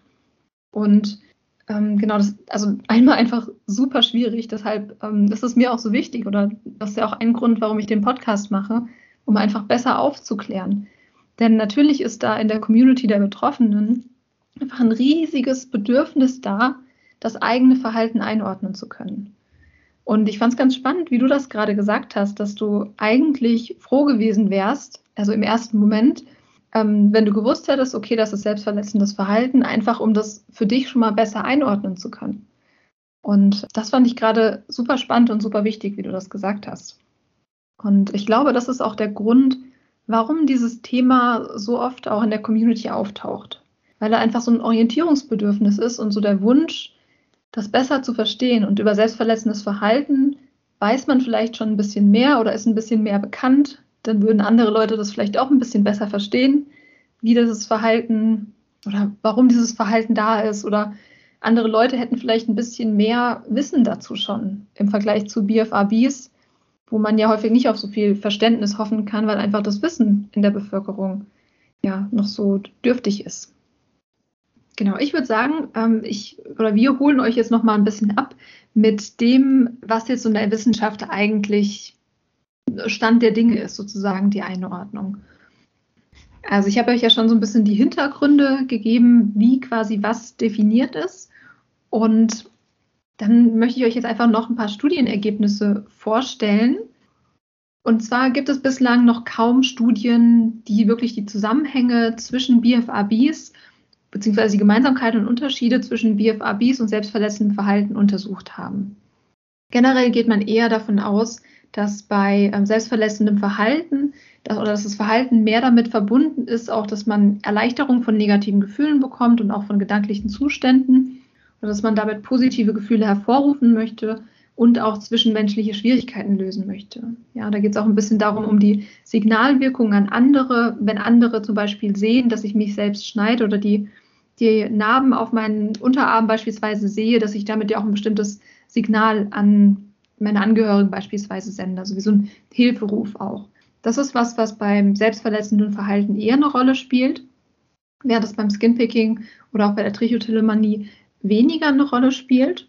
[SPEAKER 1] Und ähm, genau, das, also einmal einfach super schwierig, deshalb ähm, ist es mir auch so wichtig oder das ist ja auch ein Grund, warum ich den Podcast mache, um einfach besser aufzuklären. Denn natürlich ist da in der Community der Betroffenen einfach ein riesiges Bedürfnis da, das eigene Verhalten einordnen zu können. Und ich fand es ganz spannend, wie du das gerade gesagt hast, dass du eigentlich froh gewesen wärst, also im ersten Moment, ähm, wenn du gewusst hättest, okay, das ist selbstverletzendes Verhalten, einfach um das für dich schon mal besser einordnen zu können. Und das fand ich gerade super spannend und super wichtig, wie du das gesagt hast. Und ich glaube, das ist auch der Grund, warum dieses Thema so oft auch in der Community auftaucht. Weil da einfach so ein Orientierungsbedürfnis ist und so der Wunsch, das besser zu verstehen. Und über selbstverletzendes Verhalten weiß man vielleicht schon ein bisschen mehr oder ist ein bisschen mehr bekannt. Dann würden andere Leute das vielleicht auch ein bisschen besser verstehen, wie dieses Verhalten oder warum dieses Verhalten da ist. Oder andere Leute hätten vielleicht ein bisschen mehr Wissen dazu schon im Vergleich zu B F A Bs, wo man ja häufig nicht auf so viel Verständnis hoffen kann, weil einfach das Wissen in der Bevölkerung ja noch so dürftig ist. Genau, ich würde sagen, ähm, ich oder wir holen euch jetzt noch mal ein bisschen ab mit dem, was jetzt so in der Wissenschaft eigentlich Stand der Dinge ist, sozusagen die Einordnung. Also ich habe euch ja schon so ein bisschen die Hintergründe gegeben, wie quasi was definiert ist. Und dann möchte ich euch jetzt einfach noch ein paar Studienergebnisse vorstellen. Und zwar gibt es bislang noch kaum Studien, die wirklich die Zusammenhänge zwischen B F A Bs beziehungsweise die Gemeinsamkeiten und Unterschiede zwischen B F A Bs und selbstverletzendem Verhalten untersucht haben. Generell geht man eher davon aus, dass bei ähm, selbstverletzendem Verhalten dass, oder dass das Verhalten mehr damit verbunden ist, auch dass man Erleichterung von negativen Gefühlen bekommt und auch von gedanklichen Zuständen oder dass man damit positive Gefühle hervorrufen möchte und auch zwischenmenschliche Schwierigkeiten lösen möchte. Ja, da geht es auch ein bisschen darum, um die Signalwirkung an andere, wenn andere zum Beispiel sehen, dass ich mich selbst schneide oder die, die Narben auf meinen Unterarm beispielsweise sehe, dass ich damit ja auch ein bestimmtes Signal an meine Angehörigen beispielsweise sende, also wie so ein Hilferuf auch. Das ist was, was beim selbstverletzenden Verhalten eher eine Rolle spielt, während das beim Skinpicking oder auch bei der Trichotillomanie weniger eine Rolle spielt.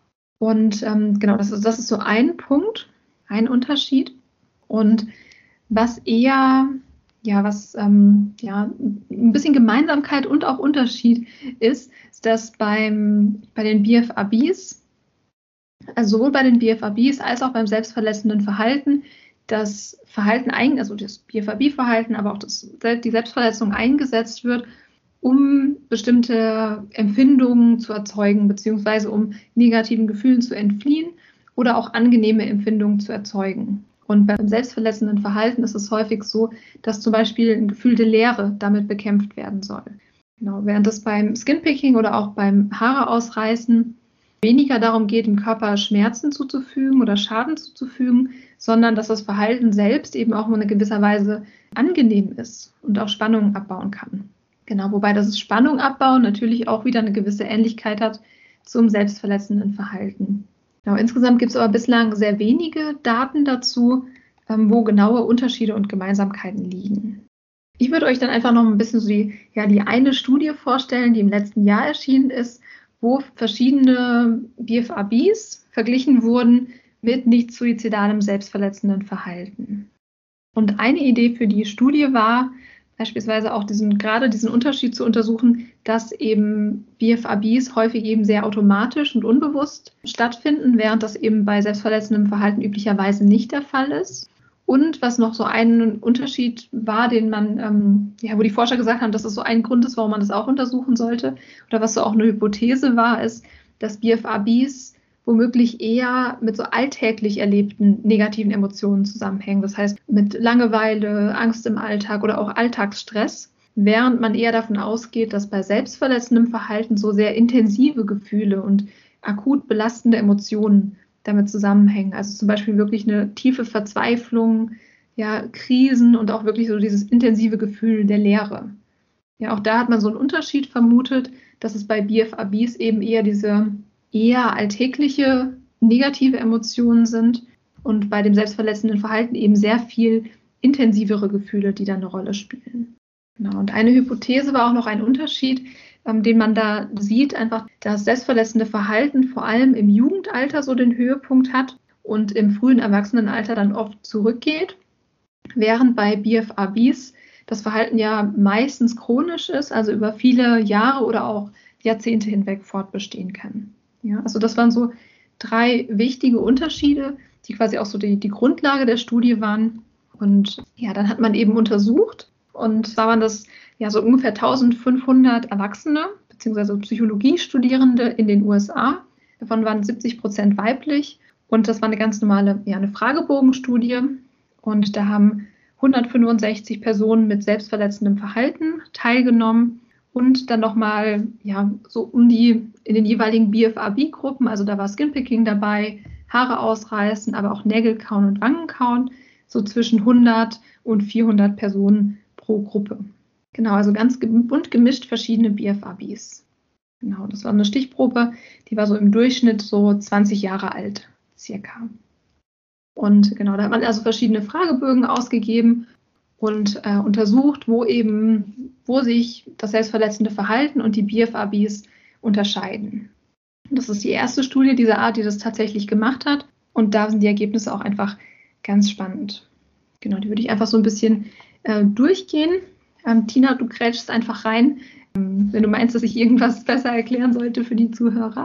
[SPEAKER 1] Und ähm, genau, das ist, das ist so ein Punkt, ein Unterschied. Und was eher, ja, was ähm, ja, ein bisschen Gemeinsamkeit und auch Unterschied ist, ist, dass beim, bei den B F A Bs, also sowohl bei den B F A Bs als auch beim selbstverletzenden Verhalten, das Verhalten, also das B F A B-Verhalten, aber auch das, die Selbstverletzung eingesetzt wird, um bestimmte Empfindungen zu erzeugen, beziehungsweise um negativen Gefühlen zu entfliehen oder auch angenehme Empfindungen zu erzeugen. Und beim selbstverletzenden Verhalten ist es häufig so, dass zum Beispiel ein Gefühl der Leere damit bekämpft werden soll. Genau, während es beim Skinpicking oder auch beim Haare ausreißen weniger darum geht, dem Körper Schmerzen zuzufügen oder Schaden zuzufügen, sondern dass das Verhalten selbst eben auch in gewisser Weise angenehm ist und auch Spannungen abbauen kann. Genau, wobei das Spannung abbauen natürlich auch wieder eine gewisse Ähnlichkeit hat zum selbstverletzenden Verhalten. Genau, insgesamt gibt es aber bislang sehr wenige Daten dazu, ähm, wo genaue Unterschiede und Gemeinsamkeiten liegen. Ich würde euch dann einfach noch ein bisschen so die, ja, die eine Studie vorstellen, die im letzten Jahr erschienen ist, wo verschiedene B F A Bs verglichen wurden mit nicht suizidalem selbstverletzenden Verhalten. Und eine Idee für die Studie war, beispielsweise auch diesen, gerade diesen Unterschied zu untersuchen, dass eben B F A Bs häufig eben sehr automatisch und unbewusst stattfinden, während das eben bei selbstverletzendem Verhalten üblicherweise nicht der Fall ist. Und was noch so ein Unterschied war, den man, ähm, ja, wo die Forscher gesagt haben, dass es so ein Grund ist, warum man das auch untersuchen sollte, oder was so auch eine Hypothese war, ist, dass B F A Bs womöglich eher mit so alltäglich erlebten negativen Emotionen zusammenhängen. Das heißt, mit Langeweile, Angst im Alltag oder auch Alltagsstress, während man eher davon ausgeht, dass bei selbstverletzendem Verhalten so sehr intensive Gefühle und akut belastende Emotionen damit zusammenhängen. Also zum Beispiel wirklich eine tiefe Verzweiflung, ja, Krisen und auch wirklich so dieses intensive Gefühl der Leere. Ja, auch da hat man so einen Unterschied vermutet, dass es bei B F A Bs eben eher diese eher alltägliche negative Emotionen sind und bei dem selbstverletzenden Verhalten eben sehr viel intensivere Gefühle, die da eine Rolle spielen. Genau. Und eine Hypothese war auch noch ein Unterschied, ähm, den man da sieht, einfach das selbstverletzende Verhalten vor allem im Jugendalter so den Höhepunkt hat und im frühen Erwachsenenalter dann oft zurückgeht, während bei B F A Bs das Verhalten ja meistens chronisch ist, also über viele Jahre oder auch Jahrzehnte hinweg fortbestehen kann. Ja, also das waren so drei wichtige Unterschiede, die quasi auch so die, die Grundlage der Studie waren. Und ja, dann hat man eben untersucht und zwar waren das ja so ungefähr eintausendfünfhundert Erwachsene bzw. Psychologiestudierende in den U S A. Davon waren siebzig Prozent weiblich und das war eine ganz normale, ja, eine Fragebogenstudie. Und da haben hundertfünfundsechzig Personen mit selbstverletzendem Verhalten teilgenommen. Und dann nochmal, ja, so um die, in den jeweiligen B F A B-Gruppen, also da war Skinpicking dabei, Haare ausreißen, aber auch Nägel kauen und Wangen kauen, so zwischen hundert und vierhundert Personen pro Gruppe. Genau, also ganz bunt gemischt verschiedene B F A Bs. Genau, das war eine Stichprobe, die war so im Durchschnitt so zwanzig Jahre alt, circa. Und genau, da hat man also verschiedene Fragebögen ausgegeben und äh, untersucht, wo eben, wo sich das selbstverletzende Verhalten und die B F A Bs unterscheiden. Das ist die erste Studie dieser Art, die das tatsächlich gemacht hat. Und da sind die Ergebnisse auch einfach ganz spannend. Genau, die würde ich einfach so ein bisschen äh, durchgehen. Ähm, Tina, du grätschst einfach rein, ähm, wenn du meinst, dass ich irgendwas besser erklären sollte für die Zuhörer.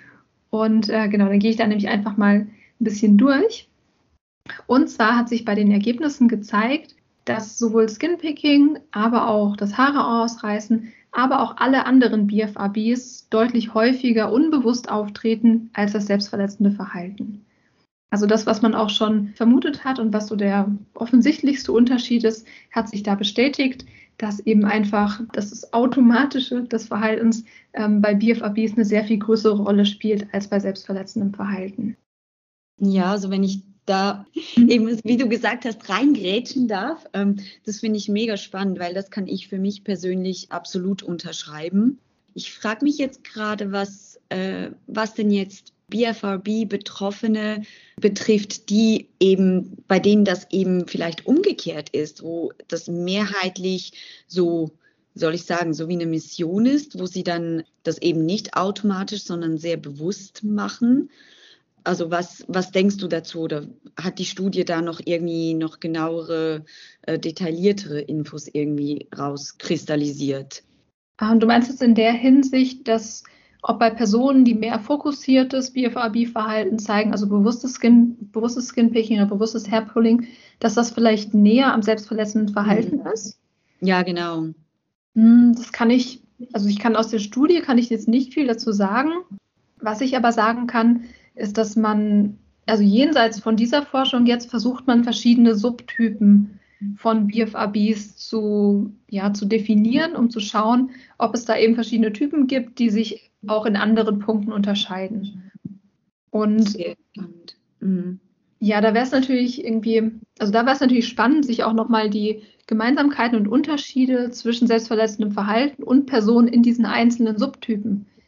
[SPEAKER 1] Und äh, genau, dann gehe ich da nämlich einfach mal ein bisschen durch. Und zwar hat sich bei den Ergebnissen gezeigt, dass sowohl Skinpicking, aber auch das Haare ausreißen, aber auch alle anderen B F A Bs deutlich häufiger unbewusst auftreten als das selbstverletzende Verhalten. Also das, was man auch schon vermutet hat und was so der offensichtlichste Unterschied ist, hat sich da bestätigt, dass eben einfach das Automatische des Verhaltens ähm, bei B F A Bs eine sehr viel größere Rolle spielt als bei selbstverletzendem Verhalten.
[SPEAKER 2] Ja, also wenn ich da eben, wie du gesagt hast, reingrätschen darf. Ähm, das finde ich mega spannend, weil das kann ich für mich persönlich absolut unterschreiben. Ich frage mich jetzt gerade, was, äh, was denn jetzt B F A B-Betroffene betrifft, die eben, bei denen das eben vielleicht umgekehrt ist, wo das mehrheitlich so, soll ich sagen, so wie eine Mission ist, wo sie dann das eben nicht automatisch, sondern sehr bewusst machen. Also was, was denkst du dazu oder hat die Studie da noch irgendwie noch genauere, äh, detailliertere Infos irgendwie rauskristallisiert?
[SPEAKER 1] Und du meinst jetzt in der Hinsicht, dass ob bei Personen, die mehr fokussiertes B F A B-Verhalten zeigen, also bewusstes Skin, bewusstes Skinpicking oder bewusstes Hairpulling, dass das vielleicht näher am selbstverletzenden Verhalten mhm. ist?
[SPEAKER 2] Ja, genau.
[SPEAKER 1] Das kann ich, also ich kann aus der Studie, kann ich jetzt nicht viel dazu sagen. Was ich aber sagen kann, ist, dass man, also jenseits von dieser Forschung jetzt versucht man verschiedene Subtypen von B F A Bs zu, ja, zu definieren, um zu schauen, ob es da eben verschiedene Typen gibt, die sich auch in anderen Punkten unterscheiden. Und
[SPEAKER 2] Sehr spannend. Mhm.
[SPEAKER 1] Ja, da wäre es natürlich irgendwie, also da wäre es natürlich spannend, sich auch nochmal die Gemeinsamkeiten und Unterschiede zwischen selbstverletzendem Verhalten und Personen in diesen einzelnen Subtypen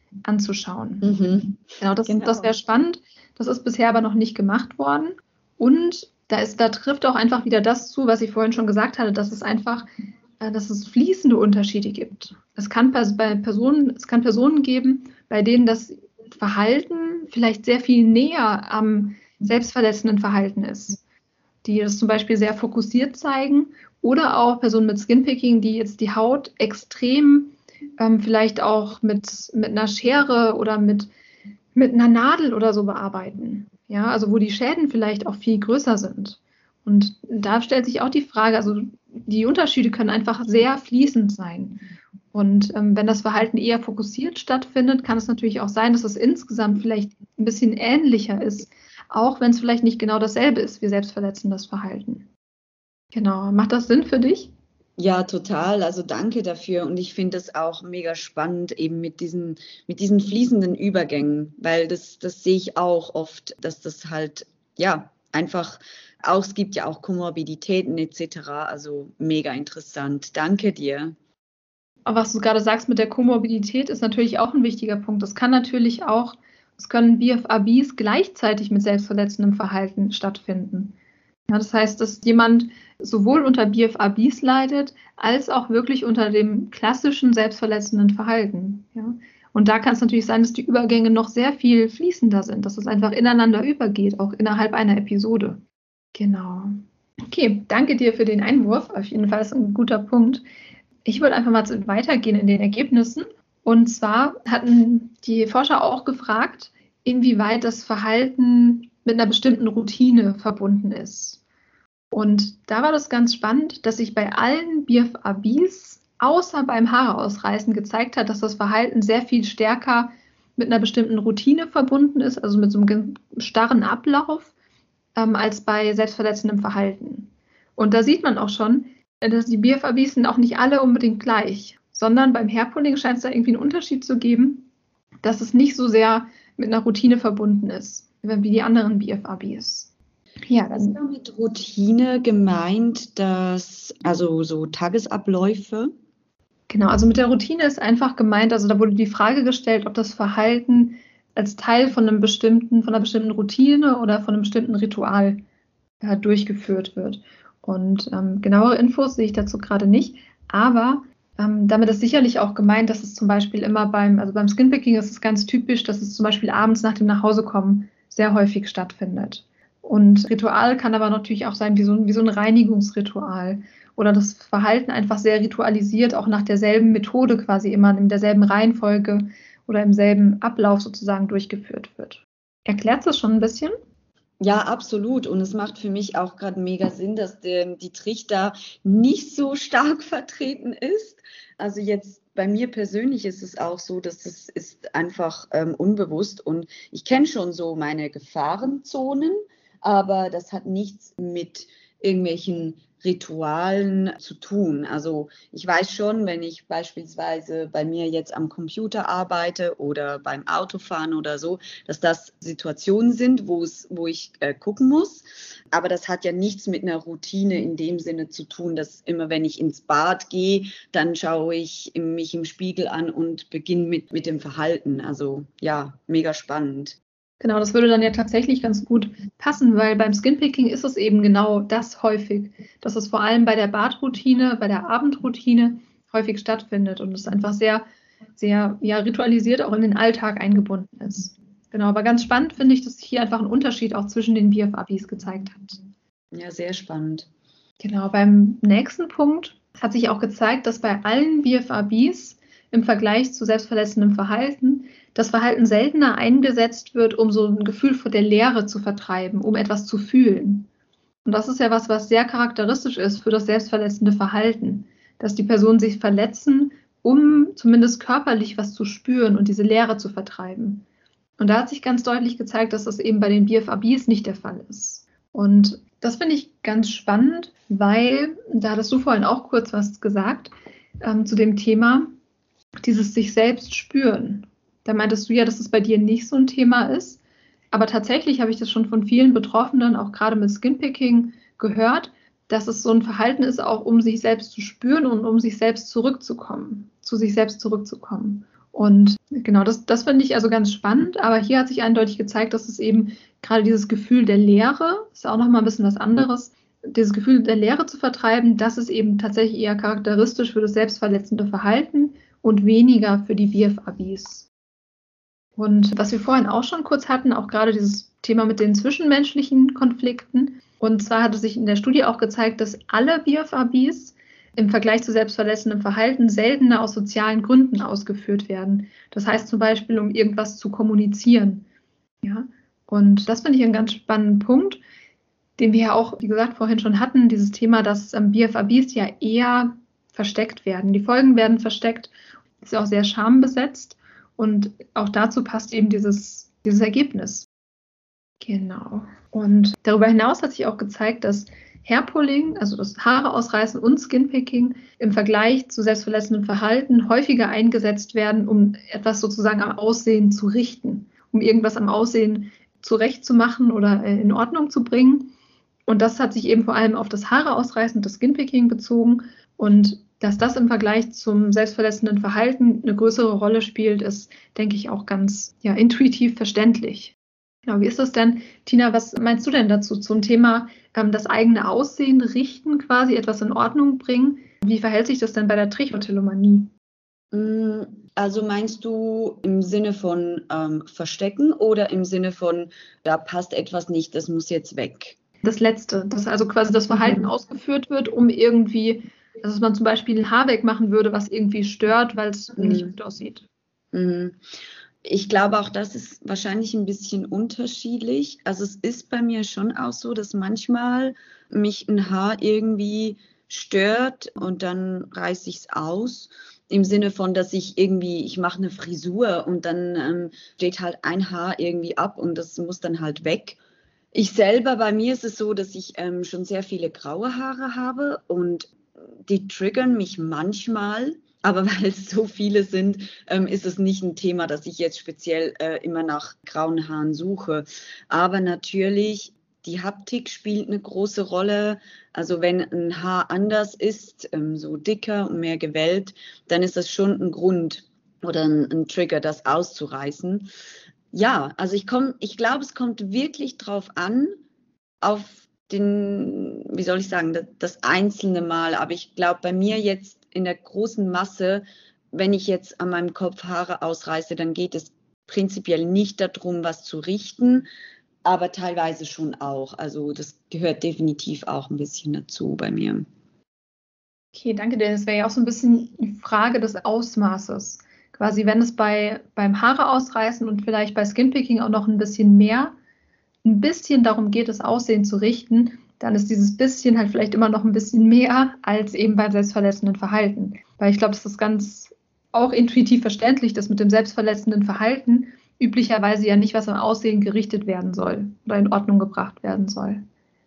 [SPEAKER 1] anzuschauen.
[SPEAKER 2] Mhm.
[SPEAKER 1] Genau, das,
[SPEAKER 2] Genau.
[SPEAKER 1] das wäre spannend. Das ist bisher aber noch nicht gemacht worden. Und da, ist, da trifft auch einfach wieder das zu, was ich vorhin schon gesagt hatte, dass es einfach, äh, dass es fließende Unterschiede gibt. Es kann bei Personen, es kann Personen geben, bei denen das Verhalten vielleicht sehr viel näher am selbstverletzenden Verhalten ist, die das zum Beispiel sehr fokussiert zeigen, oder auch Personen mit Skinpicking, die jetzt die Haut extrem ähm, vielleicht auch mit, mit einer Schere oder mit, mit einer Nadel oder so bearbeiten. Ja, also wo die Schäden vielleicht auch viel größer sind. Und da stellt sich auch die Frage, also die Unterschiede können einfach sehr fließend sein. Und ähm, wenn das Verhalten eher fokussiert stattfindet, kann es natürlich auch sein, dass es insgesamt vielleicht ein bisschen ähnlicher ist, auch wenn es vielleicht nicht genau dasselbe ist wie selbstverletzendes Verhalten. Genau. Macht das Sinn für dich?
[SPEAKER 2] Ja, total. Also danke dafür. Und ich finde das auch mega spannend, eben mit diesen, mit diesen fließenden Übergängen, weil das, das sehe ich auch oft, dass das halt, ja, einfach auch, es gibt ja auch Komorbiditäten et cetera. Also mega interessant. Danke dir.
[SPEAKER 1] Aber was du gerade sagst mit der Komorbidität ist natürlich auch ein wichtiger Punkt. Das kann natürlich auch, es können B F A Bs gleichzeitig mit selbstverletzendem Verhalten stattfinden. Ja, das heißt, dass jemand sowohl unter B F A Bs leidet, als auch wirklich unter dem klassischen selbstverletzenden Verhalten. Ja. Und da kann es natürlich sein, dass die Übergänge noch sehr viel fließender sind, dass es einfach ineinander übergeht, auch innerhalb einer Episode. Genau. Okay, danke dir für den Einwurf. Auf jeden Fall ist ein guter Punkt. Ich würde einfach mal weitergehen in den Ergebnissen. Und zwar hatten die Forscher auch gefragt, inwieweit das Verhalten mit einer bestimmten Routine verbunden ist. Und da war das ganz spannend, dass sich bei allen B F A Bs außer beim Haare ausreißen gezeigt hat, dass das Verhalten sehr viel stärker mit einer bestimmten Routine verbunden ist, also mit so einem starren Ablauf, ähm, als bei selbstverletzendem Verhalten. Und da sieht man auch schon, dass die B F A Bs sind auch nicht alle unbedingt gleich, sondern beim Hairpulling scheint es da irgendwie einen Unterschied zu geben, dass es nicht so sehr mit einer Routine verbunden ist, wie die anderen B F A Bs.
[SPEAKER 2] Ja, das ist ja mit Routine gemeint, dass, also so Tagesabläufe?
[SPEAKER 1] Genau, also mit der Routine ist einfach gemeint, also da wurde die Frage gestellt, ob das Verhalten als Teil von einem bestimmten, von einer bestimmten Routine oder von einem bestimmten Ritual äh, durchgeführt wird. Und ähm, genauere Infos sehe ich dazu gerade nicht, aber ähm, damit ist sicherlich auch gemeint, dass es zum Beispiel immer beim, also beim Skinpicking ist es ganz typisch, dass es zum Beispiel abends nach dem Nachhausekommen sehr häufig stattfindet. Und Ritual kann aber natürlich auch sein wie so, wie so ein Reinigungsritual oder das Verhalten einfach sehr ritualisiert, auch nach derselben Methode quasi immer in derselben Reihenfolge oder im selben Ablauf sozusagen durchgeführt wird. Erklärt es schon ein bisschen?
[SPEAKER 2] Ja, absolut. Und es macht für mich auch gerade mega Sinn, dass der, die Trichter nicht so stark vertreten ist. Also jetzt bei mir persönlich ist es auch so, dass es ist einfach ähm, unbewusst. Und ich kenne schon so meine Gefahrenzonen, aber das hat nichts mit irgendwelchen Ritualen zu tun. Also ich weiß schon, wenn ich beispielsweise bei mir jetzt am Computer arbeite oder beim Autofahren oder so, dass das Situationen sind, wo es, wo ich äh, gucken muss. Aber das hat ja nichts mit einer Routine in dem Sinne zu tun, dass immer, wenn ich ins Bad gehe, dann schaue ich mich im Spiegel an und beginne mit, mit dem Verhalten. Also ja, mega spannend.
[SPEAKER 1] Genau, das würde dann ja tatsächlich ganz gut passen, weil beim Skinpicking ist es eben genau das häufig, dass es vor allem bei der Badroutine, bei der Abendroutine häufig stattfindet und es einfach sehr, sehr ja, ritualisiert auch in den Alltag eingebunden ist. Genau, aber ganz spannend finde ich, dass sich hier einfach ein Unterschied auch zwischen den B F A Bs gezeigt hat.
[SPEAKER 2] Ja, sehr spannend.
[SPEAKER 1] Genau, beim nächsten Punkt hat sich auch gezeigt, dass bei allen B F A Bs im Vergleich zu selbstverletzendem Verhalten das Verhalten seltener eingesetzt wird, um so ein Gefühl von der Leere zu vertreiben, um etwas zu fühlen. Und das ist ja was, was sehr charakteristisch ist für das selbstverletzende Verhalten, dass die Personen sich verletzen, um zumindest körperlich was zu spüren und diese Leere zu vertreiben. Und da hat sich ganz deutlich gezeigt, dass das eben bei den B F A Bs nicht der Fall ist. Und das finde ich ganz spannend, weil, da hattest du vorhin auch kurz was gesagt, ähm, zu dem Thema, dieses sich selbst spüren. Da meintest du ja, dass es bei dir nicht so ein Thema ist. Aber tatsächlich habe ich das schon von vielen Betroffenen, auch gerade mit Skinpicking, gehört, dass es so ein Verhalten ist, auch um sich selbst zu spüren und um sich selbst zurückzukommen, zu sich selbst zurückzukommen. Und genau, das, das finde ich also ganz spannend, aber hier hat sich eindeutig gezeigt, dass es eben gerade dieses Gefühl der Leere, ist ja auch nochmal ein bisschen was anderes, dieses Gefühl der Leere zu vertreiben, das ist eben tatsächlich eher charakteristisch für das selbstverletzende Verhalten und weniger für die B F A Bs. Und was wir vorhin auch schon kurz hatten, auch gerade dieses Thema mit den zwischenmenschlichen Konflikten. Und zwar hat es sich in der Studie auch gezeigt, dass alle B F A Bs im Vergleich zu selbstverletzendem Verhalten seltener aus sozialen Gründen ausgeführt werden. Das heißt zum Beispiel, um irgendwas zu kommunizieren. Ja? Und das finde ich einen ganz spannenden Punkt, den wir ja auch, wie gesagt, vorhin schon hatten, dieses Thema, dass ähm, B F A Bs ja eher versteckt werden. Die Folgen werden versteckt, ist ja auch sehr schambesetzt und auch dazu passt eben dieses, dieses Ergebnis. Genau. Und darüber hinaus hat sich auch gezeigt, dass Hairpulling, also das Haare ausreißen und Skinpicking im Vergleich zu selbstverletzendem Verhalten häufiger eingesetzt werden, um etwas sozusagen am Aussehen zu richten, um irgendwas am Aussehen zurechtzumachen oder in Ordnung zu bringen. Und das hat sich eben vor allem auf das Haare ausreißen und das Skinpicking bezogen. Und dass das im Vergleich zum selbstverletzenden Verhalten eine größere Rolle spielt, ist, denke ich, auch ganz ja, intuitiv verständlich. Genau, wie ist das denn, Tina, was meinst du denn dazu zum Thema ähm, das eigene Aussehen richten, quasi etwas in Ordnung bringen? Wie verhält sich das denn bei der Trichotillomanie?
[SPEAKER 2] Also meinst du im Sinne von ähm, verstecken oder im Sinne von, da passt etwas nicht, das muss jetzt weg?
[SPEAKER 1] Das Letzte, dass also quasi das Verhalten mhm. ausgeführt wird, um irgendwie, also dass man zum Beispiel ein Haar wegmachen würde, was irgendwie stört, weil es mhm. nicht gut aussieht.
[SPEAKER 2] Mhm. Ich glaube, auch das ist wahrscheinlich ein bisschen unterschiedlich. Also es ist bei mir schon auch so, dass manchmal mich ein Haar irgendwie stört und dann reiße ich es aus. Im Sinne von, dass ich irgendwie, ich mache eine Frisur und dann ähm, steht halt ein Haar irgendwie ab und das muss dann halt weg. Ich selber, bei mir ist es so, dass ich ähm, schon sehr viele graue Haare habe und die triggern mich manchmal. Aber weil es so viele sind, ähm, ist es nicht ein Thema, dass ich jetzt speziell äh, immer nach grauen Haaren suche. Aber natürlich, die Haptik spielt eine große Rolle. Also wenn ein Haar anders ist, ähm, so dicker und mehr gewellt, dann ist das schon ein Grund oder ein, ein Trigger, das auszureißen. Ja, also ich komme, ich glaube, es kommt wirklich drauf an, auf den, wie soll ich sagen, das, das einzelne Mal. Aber ich glaube, bei mir jetzt in der großen Masse, wenn ich jetzt an meinem Kopf Haare ausreiße, dann geht es prinzipiell nicht darum, was zu richten, aber teilweise schon auch. Also das gehört definitiv auch ein bisschen dazu bei mir.
[SPEAKER 1] Okay, danke dir. Das wäre ja auch so ein bisschen die Frage des Ausmaßes. Quasi, wenn es bei, beim Haare ausreißen und vielleicht bei Skinpicking auch noch ein bisschen mehr, ein bisschen darum geht, das Aussehen zu richten, dann ist dieses bisschen halt vielleicht immer noch ein bisschen mehr als eben beim selbstverletzenden Verhalten. Weil ich glaube, das ist ganz auch intuitiv verständlich, dass mit dem selbstverletzenden Verhalten üblicherweise ja nicht was am Aussehen gerichtet werden soll oder in Ordnung gebracht werden soll.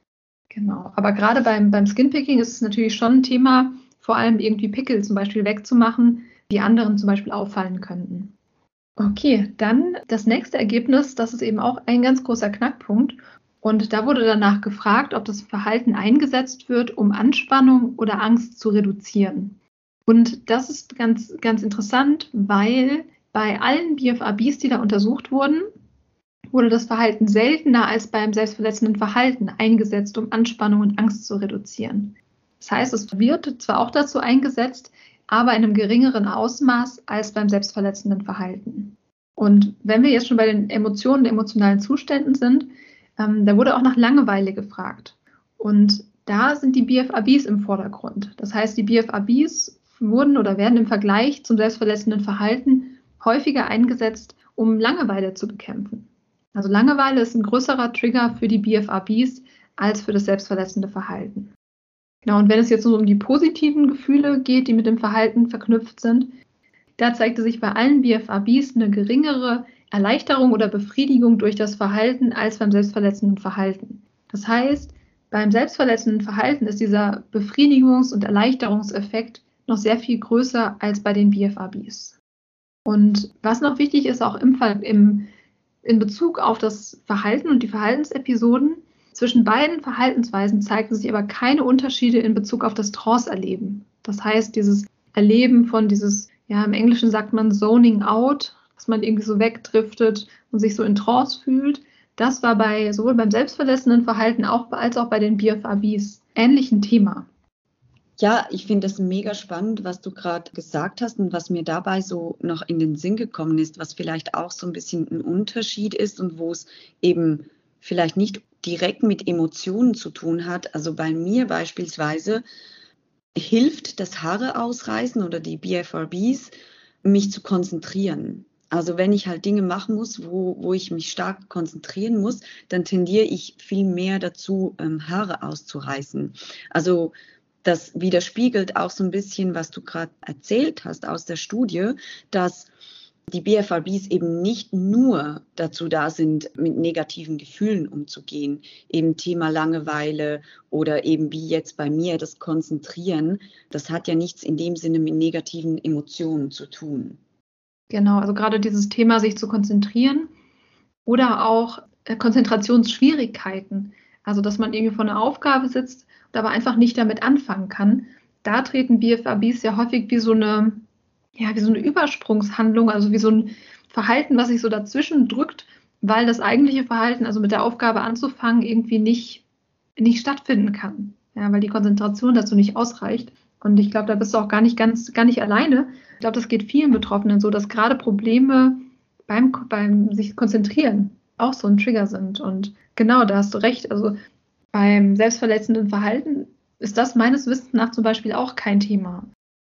[SPEAKER 1] Genau. Aber gerade beim, beim Skinpicking ist es natürlich schon ein Thema, vor allem irgendwie Pickel zum Beispiel wegzumachen, die anderen zum Beispiel auffallen könnten. Okay, dann das nächste Ergebnis, das ist eben auch ein ganz großer Knackpunkt. Und da wurde danach gefragt, ob das Verhalten eingesetzt wird, um Anspannung oder Angst zu reduzieren. Und das ist ganz, ganz interessant, weil bei allen B F A Bs, die da untersucht wurden, wurde das Verhalten seltener als beim selbstverletzenden Verhalten eingesetzt, um Anspannung und Angst zu reduzieren. Das heißt, es wird zwar auch dazu eingesetzt, aber in einem geringeren Ausmaß als beim selbstverletzenden Verhalten. Und wenn wir jetzt schon bei den Emotionen, emotionalen Zuständen sind, ähm, da wurde auch nach Langeweile gefragt. Und da sind die B F A Bs im Vordergrund. Das heißt, die B F A Bs wurden oder werden im Vergleich zum selbstverletzenden Verhalten häufiger eingesetzt, um Langeweile zu bekämpfen. Also Langeweile ist ein größerer Trigger für die B F A Bs als für das selbstverletzende Verhalten. Genau, und wenn es jetzt so um die positiven Gefühle geht, die mit dem Verhalten verknüpft sind, da zeigte sich bei allen B F A Bs eine geringere Erleichterung oder Befriedigung durch das Verhalten als beim selbstverletzenden Verhalten. Das heißt, beim selbstverletzenden Verhalten ist dieser Befriedigungs- und Erleichterungseffekt noch sehr viel größer als bei den B F A Bs. Und was noch wichtig ist, auch im, im, in Bezug auf das Verhalten und die Verhaltensepisoden, zwischen beiden Verhaltensweisen zeigten sich aber keine Unterschiede in Bezug auf das Trance-Erleben. Das heißt, dieses Erleben von dieses ja, im Englischen sagt man zoning out, dass man irgendwie so wegdriftet und sich so in Trance fühlt. Das war bei sowohl beim selbstverletzenden Verhalten auch, als auch bei den B F A Bs ähnlich ein Thema.
[SPEAKER 2] Ja, ich finde das mega spannend, was du gerade gesagt hast und was mir dabei so noch in den Sinn gekommen ist, was vielleicht auch so ein bisschen ein Unterschied ist und wo es eben vielleicht nicht direkt mit Emotionen zu tun hat. Also bei mir beispielsweise hilft das Haare ausreißen oder die B F R Bs, mich zu konzentrieren. Also wenn ich halt Dinge machen muss, wo, wo ich mich stark konzentrieren muss, dann tendiere ich viel mehr dazu, ähm, Haare auszureißen. Also das widerspiegelt auch so ein bisschen, was du gerade erzählt hast aus der Studie, dass die B F R Bs eben nicht nur dazu da sind, mit negativen Gefühlen umzugehen, eben Thema Langeweile oder eben wie jetzt bei mir das Konzentrieren, das hat ja nichts in dem Sinne mit negativen Emotionen zu tun.
[SPEAKER 1] Genau, also gerade dieses Thema, sich zu konzentrieren oder auch äh, Konzentrationsschwierigkeiten, also dass man irgendwie vor einer Aufgabe sitzt und aber einfach nicht damit anfangen kann, da treten B F A Bs ja häufig wie so eine ja, wie so eine Übersprungshandlung, also wie so ein Verhalten, was sich so dazwischen drückt, weil das eigentliche Verhalten, also mit der Aufgabe anzufangen, irgendwie nicht, nicht stattfinden kann. Ja, weil die Konzentration dazu nicht ausreicht. Und ich glaube, da bist du auch gar nicht ganz, gar nicht alleine. Ich glaube, das geht vielen Betroffenen so, dass gerade Probleme beim, beim sich konzentrieren auch so ein Trigger sind. Und genau, da hast du recht. Also beim selbstverletzenden Verhalten ist das meines Wissens nach zum Beispiel auch kein Thema.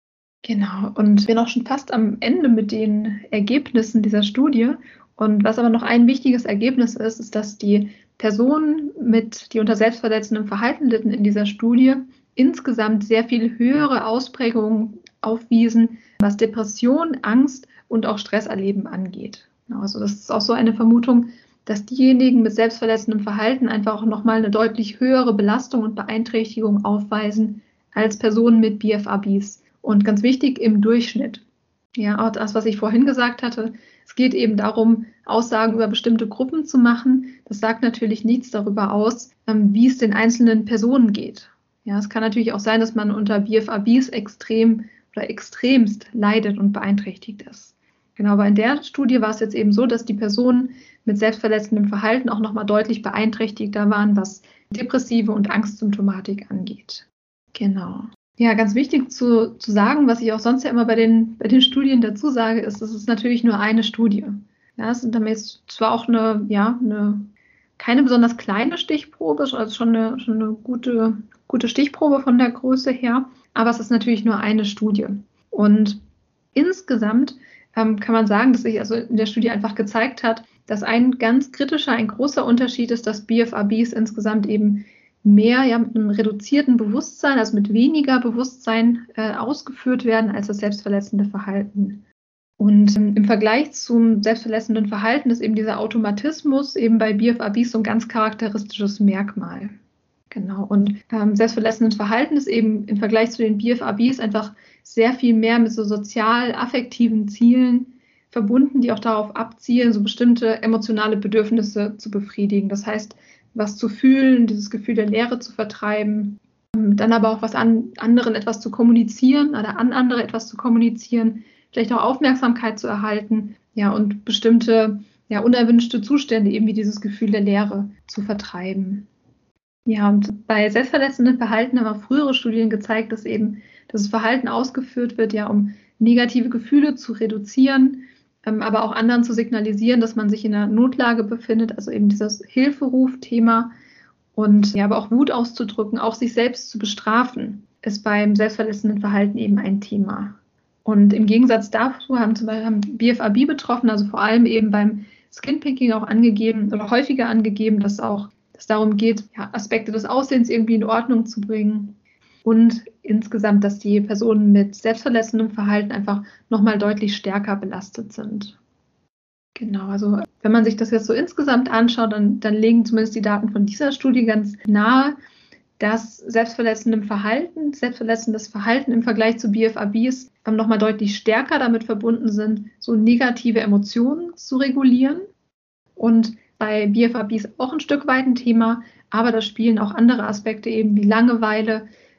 [SPEAKER 1] Genau, und wir sind auch schon fast am Ende mit den Ergebnissen dieser Studie. Und was aber noch ein wichtiges Ergebnis ist, ist, dass die Personen, mit, die unter selbstverletzendem Verhalten litten in dieser Studie, insgesamt sehr viel höhere Ausprägungen aufwiesen, was Depression, Angst und auch Stresserleben angeht. Also das ist auch so eine Vermutung, dass diejenigen mit selbstverletzendem Verhalten einfach auch nochmal eine deutlich höhere Belastung und Beeinträchtigung aufweisen als Personen mit B F A Bs. Und ganz wichtig, im Durchschnitt. Ja, auch das, was ich vorhin gesagt hatte. Es geht eben darum, Aussagen über bestimmte Gruppen zu machen. Das sagt natürlich nichts darüber aus, wie es den einzelnen Personen geht. Ja, es kann natürlich auch sein, dass man unter B F A Bs extrem oder extremst leidet und beeinträchtigt ist. Genau, aber in der Studie war es jetzt eben so, dass die Personen mit selbstverletzendem Verhalten auch nochmal deutlich beeinträchtigter waren, was depressive und Angstsymptomatik angeht. Genau. Ja, ganz wichtig zu, zu sagen, was ich auch sonst ja immer bei den, bei den Studien dazu sage, ist, es ist natürlich nur eine Studie. Ja, es sind damit jetzt zwar auch eine, ja, eine, keine besonders kleine Stichprobe, also schon eine, schon eine gute, gute Stichprobe von der Größe her, aber es ist natürlich nur eine Studie. Und insgesamt ähm, kann man sagen, dass sich also in der Studie einfach gezeigt hat, dass ein ganz kritischer, ein großer Unterschied ist, dass B F A Bs insgesamt eben mehr ja, mit einem reduzierten Bewusstsein, also mit weniger Bewusstsein äh, ausgeführt werden als das selbstverletzende Verhalten. Und ähm, im Vergleich zum selbstverletzenden Verhalten ist eben dieser Automatismus eben bei B F A Bs so ein ganz charakteristisches Merkmal. Genau. Und ähm, selbstverletzendes Verhalten ist eben im Vergleich zu den B F A Bs einfach sehr viel mehr mit so sozial-affektiven Zielen verbunden, die auch darauf abzielen, so bestimmte emotionale Bedürfnisse zu befriedigen. Das heißt, was zu fühlen, dieses Gefühl der Leere zu vertreiben, dann aber auch was an anderen etwas zu kommunizieren oder an andere etwas zu kommunizieren, vielleicht auch Aufmerksamkeit zu erhalten, ja, und bestimmte ja, unerwünschte Zustände, eben wie dieses Gefühl der Leere, zu vertreiben. Ja, und bei selbstverletzendem Verhalten haben auch frühere Studien gezeigt, dass eben das Verhalten ausgeführt wird, ja, um negative Gefühle zu reduzieren, aber auch anderen zu signalisieren, dass man sich in einer Notlage befindet, also eben dieses Hilferuf-Thema und ja, aber auch Wut auszudrücken, auch sich selbst zu bestrafen, ist beim selbstverletzenden Verhalten eben ein Thema. Und im Gegensatz dazu haben zum Beispiel haben B F A B-Betroffene, also vor allem eben beim Skinpicking auch angegeben oder häufiger angegeben, dass auch es darum geht, ja, Aspekte des Aussehens irgendwie in Ordnung zu bringen. Und insgesamt, dass die Personen mit selbstverletzendem Verhalten einfach nochmal deutlich stärker belastet sind. Genau, also wenn man sich das jetzt so insgesamt anschaut, dann, dann legen zumindest die Daten von dieser Studie ganz nahe, dass selbstverletzendem Verhalten, selbstverletzendes Verhalten im Vergleich zu B F A Bs nochmal deutlich stärker damit verbunden sind, so negative Emotionen zu regulieren. Und bei B F A Bs auch ein Stück weit ein Thema, aber da spielen auch andere Aspekte eben wie Langeweile,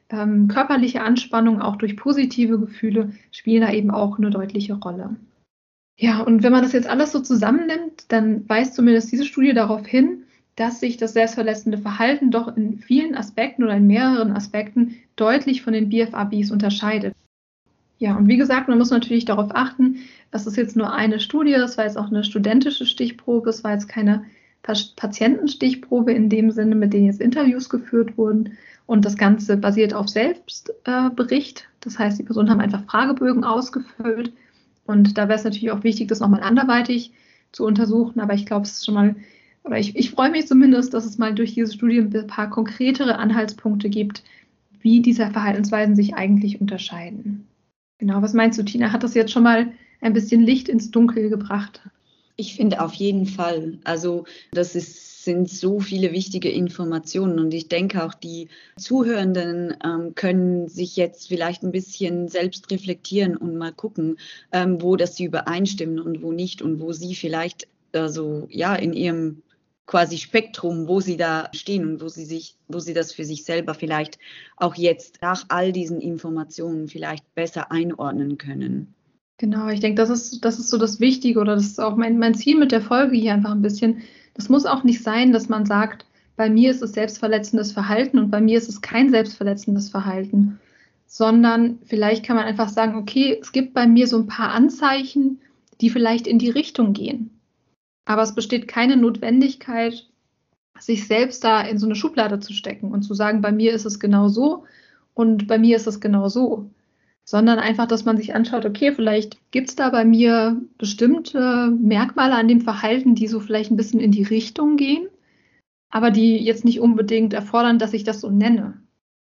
[SPEAKER 1] ähm, körperliche Anspannung, auch durch positive Gefühle, spielen da eben auch eine deutliche Rolle. Ja, und wenn man das jetzt alles so zusammennimmt, dann weist zumindest diese Studie darauf hin, dass sich das selbstverletzende Verhalten doch in vielen Aspekten oder in mehreren Aspekten deutlich von den B F A Bs unterscheidet. Ja, und wie gesagt, man muss natürlich darauf achten, das ist jetzt nur eine Studie, das war jetzt auch eine studentische Stichprobe, es war jetzt keine Patientenstichprobe in dem Sinne, mit denen jetzt Interviews geführt wurden. Und das Ganze basiert auf Selbstbericht. Äh, das heißt, die Personen haben einfach Fragebögen ausgefüllt. Und da wäre es natürlich auch wichtig, das nochmal anderweitig zu untersuchen. Aber ich glaube, es ist schon mal, oder ich, ich freue mich zumindest, dass es mal durch diese Studie ein paar konkretere Anhaltspunkte gibt, wie diese Verhaltensweisen sich eigentlich unterscheiden. Genau, was meinst du, Tina? Hat das jetzt schon mal ein bisschen Licht ins Dunkel gebracht?
[SPEAKER 2] Ich finde auf jeden Fall. Also das ist, sind so viele wichtige Informationen und ich denke auch, die Zuhörenden ähm, können sich jetzt vielleicht ein bisschen selbst reflektieren und mal gucken, ähm, wo das sie übereinstimmen und wo nicht und wo sie vielleicht also ja in ihrem quasi Spektrum, wo sie da stehen und wo sie sich, wo sie das für sich selber vielleicht auch jetzt nach all diesen Informationen vielleicht besser einordnen können.
[SPEAKER 1] Genau, ich denke, das ist, das ist so das Wichtige oder das ist auch mein, mein Ziel mit der Folge hier einfach ein bisschen. Das muss auch nicht sein, dass man sagt, bei mir ist es selbstverletzendes Verhalten und bei mir ist es kein selbstverletzendes Verhalten, sondern vielleicht kann man einfach sagen, okay, es gibt bei mir so ein paar Anzeichen, die vielleicht in die Richtung gehen. Aber es besteht keine Notwendigkeit, sich selbst da in so eine Schublade zu stecken und zu sagen, bei mir ist es genau so und bei mir ist es genau so. Sondern einfach, dass man sich anschaut, okay, vielleicht gibt es da bei mir bestimmte Merkmale an dem Verhalten, die so vielleicht ein bisschen in die Richtung gehen, aber die jetzt nicht unbedingt erfordern, dass ich das so nenne.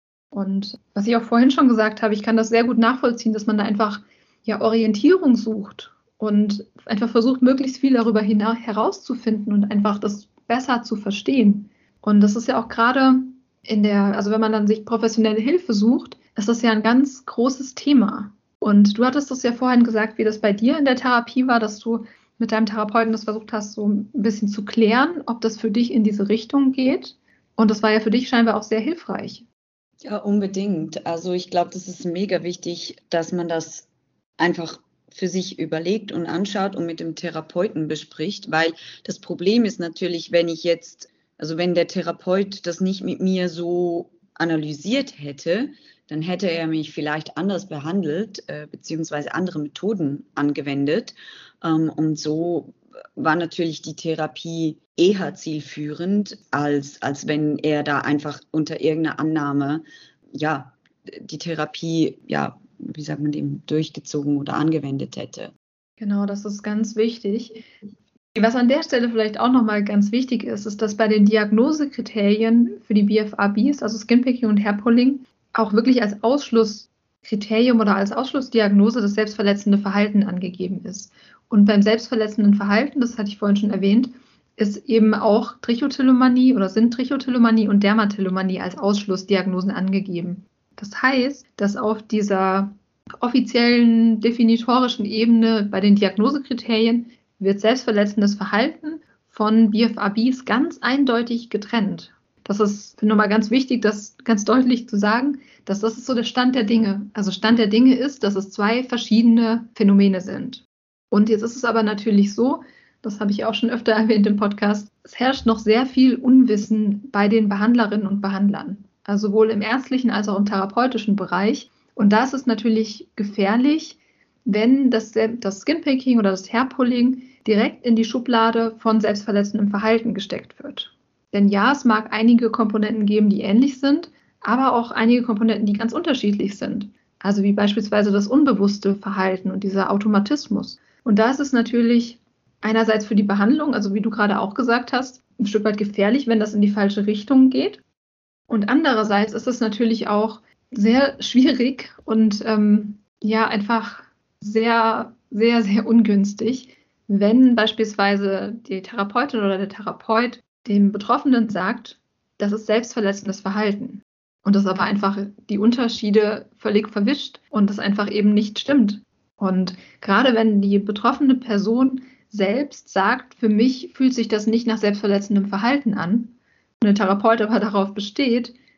[SPEAKER 1] Und was ich auch vorhin schon gesagt habe, ich kann das sehr gut nachvollziehen, dass man da einfach ja Orientierung sucht und einfach versucht, möglichst viel darüber hinaus herauszufinden und einfach das besser zu verstehen. Und das ist ja auch gerade in der, also wenn man dann sich professionelle Hilfe sucht, ist das ja ein ganz großes Thema. Und du hattest das ja vorhin gesagt, wie das bei dir in der Therapie war, dass du mit deinem Therapeuten das versucht hast, so ein bisschen zu klären, ob das für dich in diese Richtung geht. Und das war ja für dich scheinbar auch sehr hilfreich.
[SPEAKER 2] Ja, unbedingt. Also ich glaube, das ist mega wichtig, dass man das einfach für sich überlegt und anschaut und mit dem Therapeuten bespricht, weil das Problem ist natürlich, wenn ich jetzt, also wenn der Therapeut das nicht mit mir so analysiert hätte, dann hätte er mich vielleicht anders behandelt, äh, beziehungsweise andere Methoden angewendet. Ähm, und so war natürlich die Therapie eher zielführend, als, als wenn er da einfach unter irgendeiner Annahme, ja, die Therapie, ja, wie sagt man dem, durchgezogen oder angewendet hätte.
[SPEAKER 1] Genau, das ist ganz wichtig. Was an der Stelle vielleicht auch nochmal ganz wichtig ist, ist, dass bei den Diagnosekriterien für die B F A Bs, also Skinpicking und Hairpulling, auch wirklich als Ausschlusskriterium oder als Ausschlussdiagnose das selbstverletzende Verhalten angegeben ist. Und beim selbstverletzenden Verhalten, das hatte ich vorhin schon erwähnt, ist eben auch Trichotillomanie oder sind Trichotillomanie und Dermatillomanie als Ausschlussdiagnosen angegeben. Das heißt, dass auf dieser offiziellen definitorischen Ebene bei den Diagnosekriterien wird selbstverletzendes Verhalten von B F A Bs ganz eindeutig getrennt. Das ist nochmal ganz wichtig, das ganz deutlich zu sagen, dass das ist so der Stand der Dinge. Also Stand der Dinge ist, dass es zwei verschiedene Phänomene sind. Und jetzt ist es aber natürlich so, das habe ich auch schon öfter erwähnt im Podcast, es herrscht noch sehr viel Unwissen bei den Behandlerinnen und Behandlern. Also sowohl im ärztlichen als auch im therapeutischen Bereich. Und da ist es natürlich gefährlich, wenn das, das Skinpicking oder das Hairpulling direkt in die Schublade von selbstverletzendem Verhalten gesteckt wird. Denn ja, es mag einige Komponenten geben, die ähnlich sind, aber auch einige Komponenten, die ganz unterschiedlich sind. Also wie beispielsweise das unbewusste Verhalten und dieser Automatismus. Und da ist es natürlich einerseits für die Behandlung, also wie du gerade auch gesagt hast, ein Stück weit gefährlich, wenn das in die falsche Richtung geht. Und andererseits ist es natürlich auch sehr schwierig und ähm, ja einfach sehr, sehr, sehr ungünstig, wenn beispielsweise die Therapeutin oder der Therapeut dem Betroffenen sagt, das ist selbstverletzendes Verhalten. Und das aber einfach die Unterschiede völlig verwischt und das einfach eben nicht stimmt. Und gerade wenn die betroffene Person selbst sagt, für mich fühlt sich das nicht nach selbstverletzendem Verhalten an, und der Therapeut aber darauf besteht,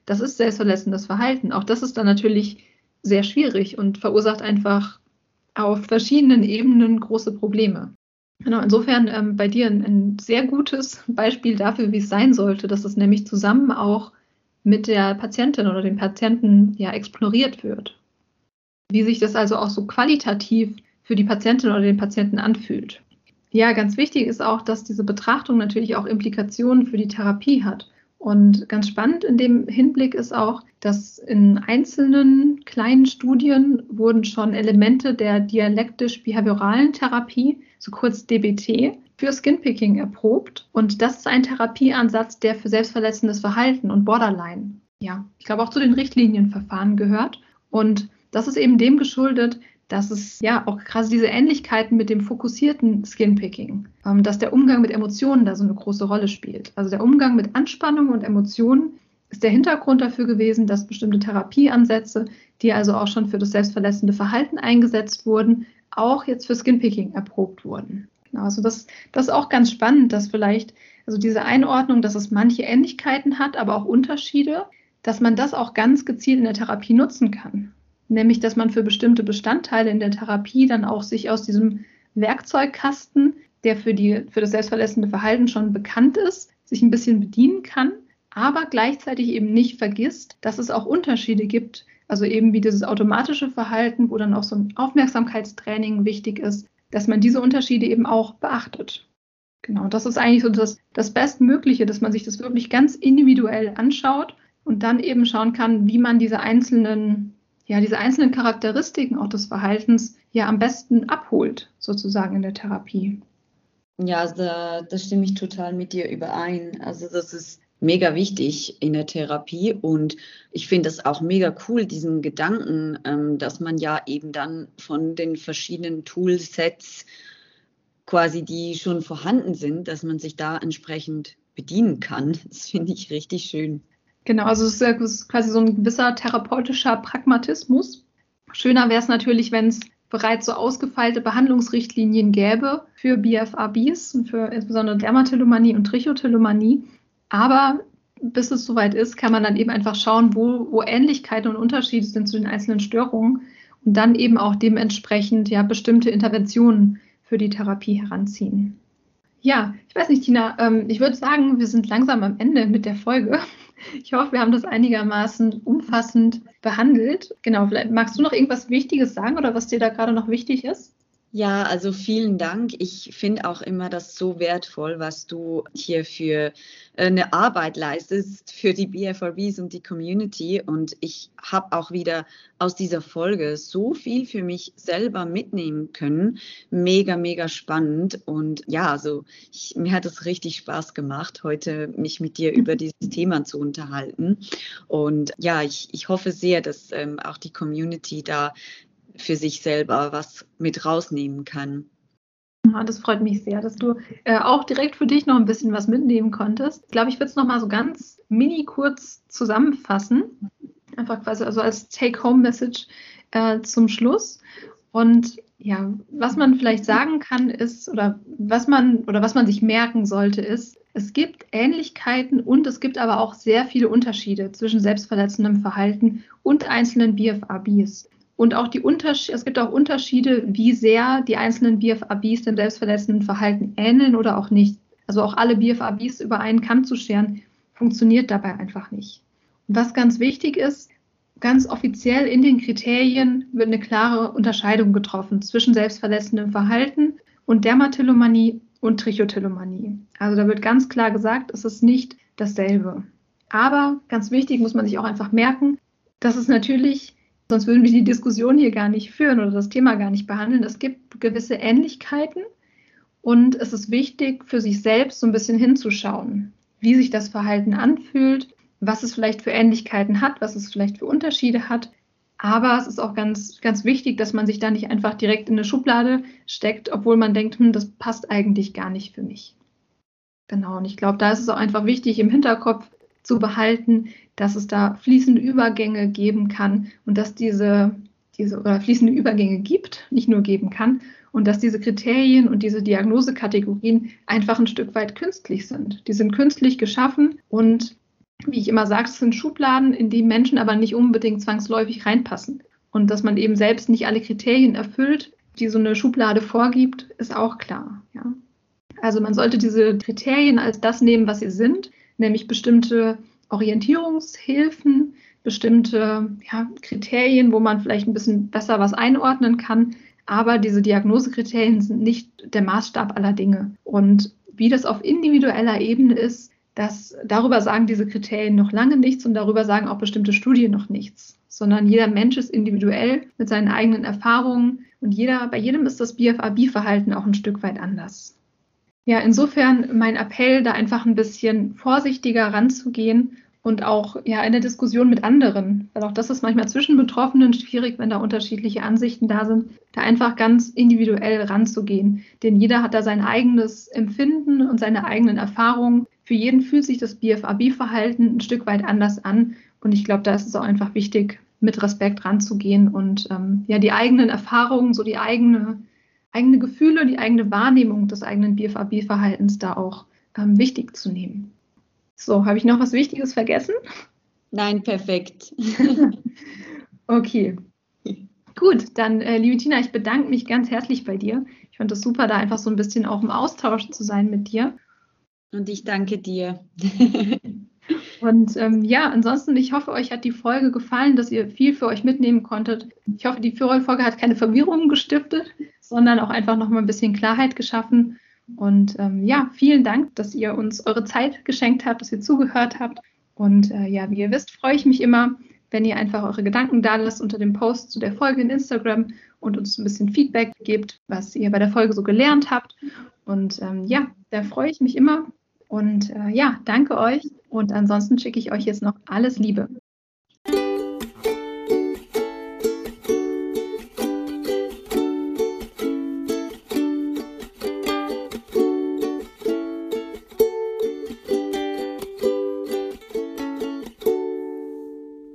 [SPEAKER 1] das ist selbstverletzendes Verhalten. Auch das ist dann natürlich sehr schwierig und verursacht einfach auf verschiedenen Ebenen große Probleme. Genau, insofern ähm, bei dir ein, ein sehr gutes Beispiel dafür, wie es sein sollte, dass es nämlich zusammen auch mit der Patientin oder dem Patienten ja exploriert wird. Wie sich das also auch so qualitativ für die Patientin oder den Patienten anfühlt. Ja, ganz wichtig ist auch, dass diese Betrachtung natürlich auch Implikationen für die Therapie hat. Und ganz spannend in dem Hinblick ist auch, dass in einzelnen kleinen Studien wurden schon Elemente der dialektisch-behavioralen Therapie, so kurz D B T, für Skinpicking erprobt. Und das ist ein Therapieansatz, der für selbstverletzendes Verhalten und Borderline, ja, ich glaube auch zu den Richtlinienverfahren gehört. Und das ist eben dem geschuldet, dass es ja auch quasi diese Ähnlichkeiten mit dem fokussierten Skinpicking, ähm, dass der Umgang mit Emotionen da so eine große Rolle spielt. Also der Umgang mit Anspannung und Emotionen ist der Hintergrund dafür gewesen, dass bestimmte Therapieansätze, die also auch schon für das selbstverletzende Verhalten eingesetzt wurden, auch jetzt für Skinpicking erprobt wurden. Genau, also das, das ist auch ganz spannend, dass vielleicht also diese Einordnung, dass es manche Ähnlichkeiten hat, aber auch Unterschiede, dass man das auch ganz gezielt in der Therapie nutzen kann. Nämlich, dass man für bestimmte Bestandteile in der Therapie dann auch sich aus diesem Werkzeugkasten, der für, die, für das selbstverletzende Verhalten schon bekannt ist, sich ein bisschen bedienen kann, aber gleichzeitig eben nicht vergisst, dass es auch Unterschiede gibt, also eben wie dieses automatische Verhalten, wo dann auch so ein Aufmerksamkeitstraining wichtig ist, dass man diese Unterschiede eben auch beachtet. Genau, das ist eigentlich so das, das Bestmögliche, dass man sich das wirklich ganz individuell anschaut und dann eben schauen kann, wie man diese einzelnen ja, diese einzelnen Charakteristiken auch des Verhaltens ja am besten abholt, sozusagen in der Therapie.
[SPEAKER 2] Ja, da, da stimme ich total mit dir überein. Also das ist mega wichtig in der Therapie und ich finde es auch mega cool, diesen Gedanken, ähm, dass man ja eben dann von den verschiedenen Toolsets quasi, die schon vorhanden sind, dass man sich da entsprechend bedienen kann. Das finde ich richtig schön.
[SPEAKER 1] Genau, also es ist quasi so ein gewisser therapeutischer Pragmatismus. Schöner wäre es natürlich, wenn es bereits so ausgefeilte Behandlungsrichtlinien gäbe für B F A Bs und für insbesondere Dermatillomanie und Trichotillomanie. Aber bis es soweit ist, kann man dann eben einfach schauen, wo, wo Ähnlichkeiten und Unterschiede sind zu den einzelnen Störungen und dann eben auch dementsprechend ja bestimmte Interventionen für die Therapie heranziehen. Ja, ich weiß nicht, Tina, ähm, ich würde sagen, wir sind langsam am Ende mit der Folge. Ich hoffe, wir haben das einigermaßen umfassend behandelt. Genau, vielleicht magst du noch irgendwas Wichtiges sagen oder was dir da gerade noch wichtig ist?
[SPEAKER 2] Ja, also vielen Dank. Ich finde auch immer das so wertvoll, was du hier für eine Arbeit leistest für die B F R Bs und die Community. Und ich habe auch wieder aus dieser Folge so viel für mich selber mitnehmen können. Mega, mega spannend. Und ja, also ich, mir hat es richtig Spaß gemacht, heute mich mit dir über dieses Thema zu unterhalten. Und ja, ich, ich hoffe sehr, dass ähm, auch die Community da für sich selber was mit rausnehmen kann.
[SPEAKER 1] Ja, das freut mich sehr, dass du äh, auch direkt für dich noch ein bisschen was mitnehmen konntest. Ich glaube, ich würde es noch mal so ganz mini kurz zusammenfassen. Einfach quasi also als Take-Home-Message äh, zum Schluss. Und ja, was man vielleicht sagen kann ist, oder was man oder was man sich merken sollte, ist, es gibt Ähnlichkeiten und es gibt aber auch sehr viele Unterschiede zwischen selbstverletzendem Verhalten und einzelnen B F A Bs. Und auch die Unterschiede, es gibt auch Unterschiede, wie sehr die einzelnen B F A Bs dem selbstverletzenden Verhalten ähneln oder auch nicht. Also auch alle B F A Bs über einen Kamm zu scheren, funktioniert dabei einfach nicht. Und was ganz wichtig ist, ganz offiziell in den Kriterien wird eine klare Unterscheidung getroffen zwischen selbstverletzendem Verhalten und Dermatillomanie und Trichotillomanie. Also da wird ganz klar gesagt, es ist nicht dasselbe. Aber ganz wichtig muss man sich auch einfach merken, dass es natürlich, sonst würden wir die Diskussion hier gar nicht führen oder das Thema gar nicht behandeln. Es gibt gewisse Ähnlichkeiten und es ist wichtig, für sich selbst so ein bisschen hinzuschauen, wie sich das Verhalten anfühlt, was es vielleicht für Ähnlichkeiten hat, was es vielleicht für Unterschiede hat. Aber es ist auch ganz, ganz wichtig, dass man sich da nicht einfach direkt in eine Schublade steckt, obwohl man denkt, hm, das passt eigentlich gar nicht für mich. Genau, und ich glaube, da ist es auch einfach wichtig, im Hinterkopf zu behalten, dass es da fließende Übergänge geben kann und dass diese, diese oder fließende Übergänge gibt, nicht nur geben kann, und dass diese Kriterien und diese Diagnosekategorien einfach ein Stück weit künstlich sind. Die sind künstlich geschaffen und wie ich immer sage, es sind Schubladen, in die Menschen aber nicht unbedingt zwangsläufig reinpassen. Und dass man eben selbst nicht alle Kriterien erfüllt, die so eine Schublade vorgibt, ist auch klar. Ja. Also man sollte diese Kriterien als das nehmen, was sie sind, nämlich bestimmte Orientierungshilfen, bestimmte ja, Kriterien, wo man vielleicht ein bisschen besser was einordnen kann. Aber diese Diagnosekriterien sind nicht der Maßstab aller Dinge. Und wie das auf individueller Ebene ist, das, darüber sagen diese Kriterien noch lange nichts und darüber sagen auch bestimmte Studien noch nichts. Sondern jeder Mensch ist individuell mit seinen eigenen Erfahrungen und jeder, bei jedem ist das B F A B-Verhalten auch ein Stück weit anders. Ja, insofern mein Appell, da einfach ein bisschen vorsichtiger ranzugehen und auch ja, in der Diskussion mit anderen, weil auch das ist manchmal zwischen Betroffenen schwierig, wenn da unterschiedliche Ansichten da sind, da einfach ganz individuell ranzugehen. Denn jeder hat da sein eigenes Empfinden und seine eigenen Erfahrungen. Für jeden fühlt sich das B F A B-Verhalten ein Stück weit anders an. Und ich glaube, da ist es auch einfach wichtig, mit Respekt ranzugehen und ähm, ja, die eigenen Erfahrungen, so die eigene, eigene Gefühle, die eigene Wahrnehmung des eigenen B F A B-Verhaltens da auch ähm, wichtig zu nehmen. So, habe ich noch was Wichtiges vergessen?
[SPEAKER 2] Nein, perfekt.
[SPEAKER 1] Okay. Gut, dann, äh, liebe Tina, ich bedanke mich ganz herzlich bei dir. Ich fand es super, da einfach so ein bisschen auch im Austausch zu sein mit dir.
[SPEAKER 2] Und ich danke dir.
[SPEAKER 1] Und ähm, ja, ansonsten, ich hoffe, euch hat die Folge gefallen, dass ihr viel für euch mitnehmen konntet. Ich hoffe, die Folge hat keine Verwirrung gestiftet, sondern auch einfach nochmal ein bisschen Klarheit geschaffen. Und ähm, ja, vielen Dank, dass ihr uns eure Zeit geschenkt habt, dass ihr zugehört habt. Und äh, ja, wie ihr wisst, freue ich mich immer, wenn ihr einfach eure Gedanken da lasst unter dem Post zu der Folge in Instagram und uns ein bisschen Feedback gebt, was ihr bei der Folge so gelernt habt. Und ähm, ja, da freue ich mich immer. Und äh, ja, danke euch. Und ansonsten schicke ich euch jetzt noch alles Liebe.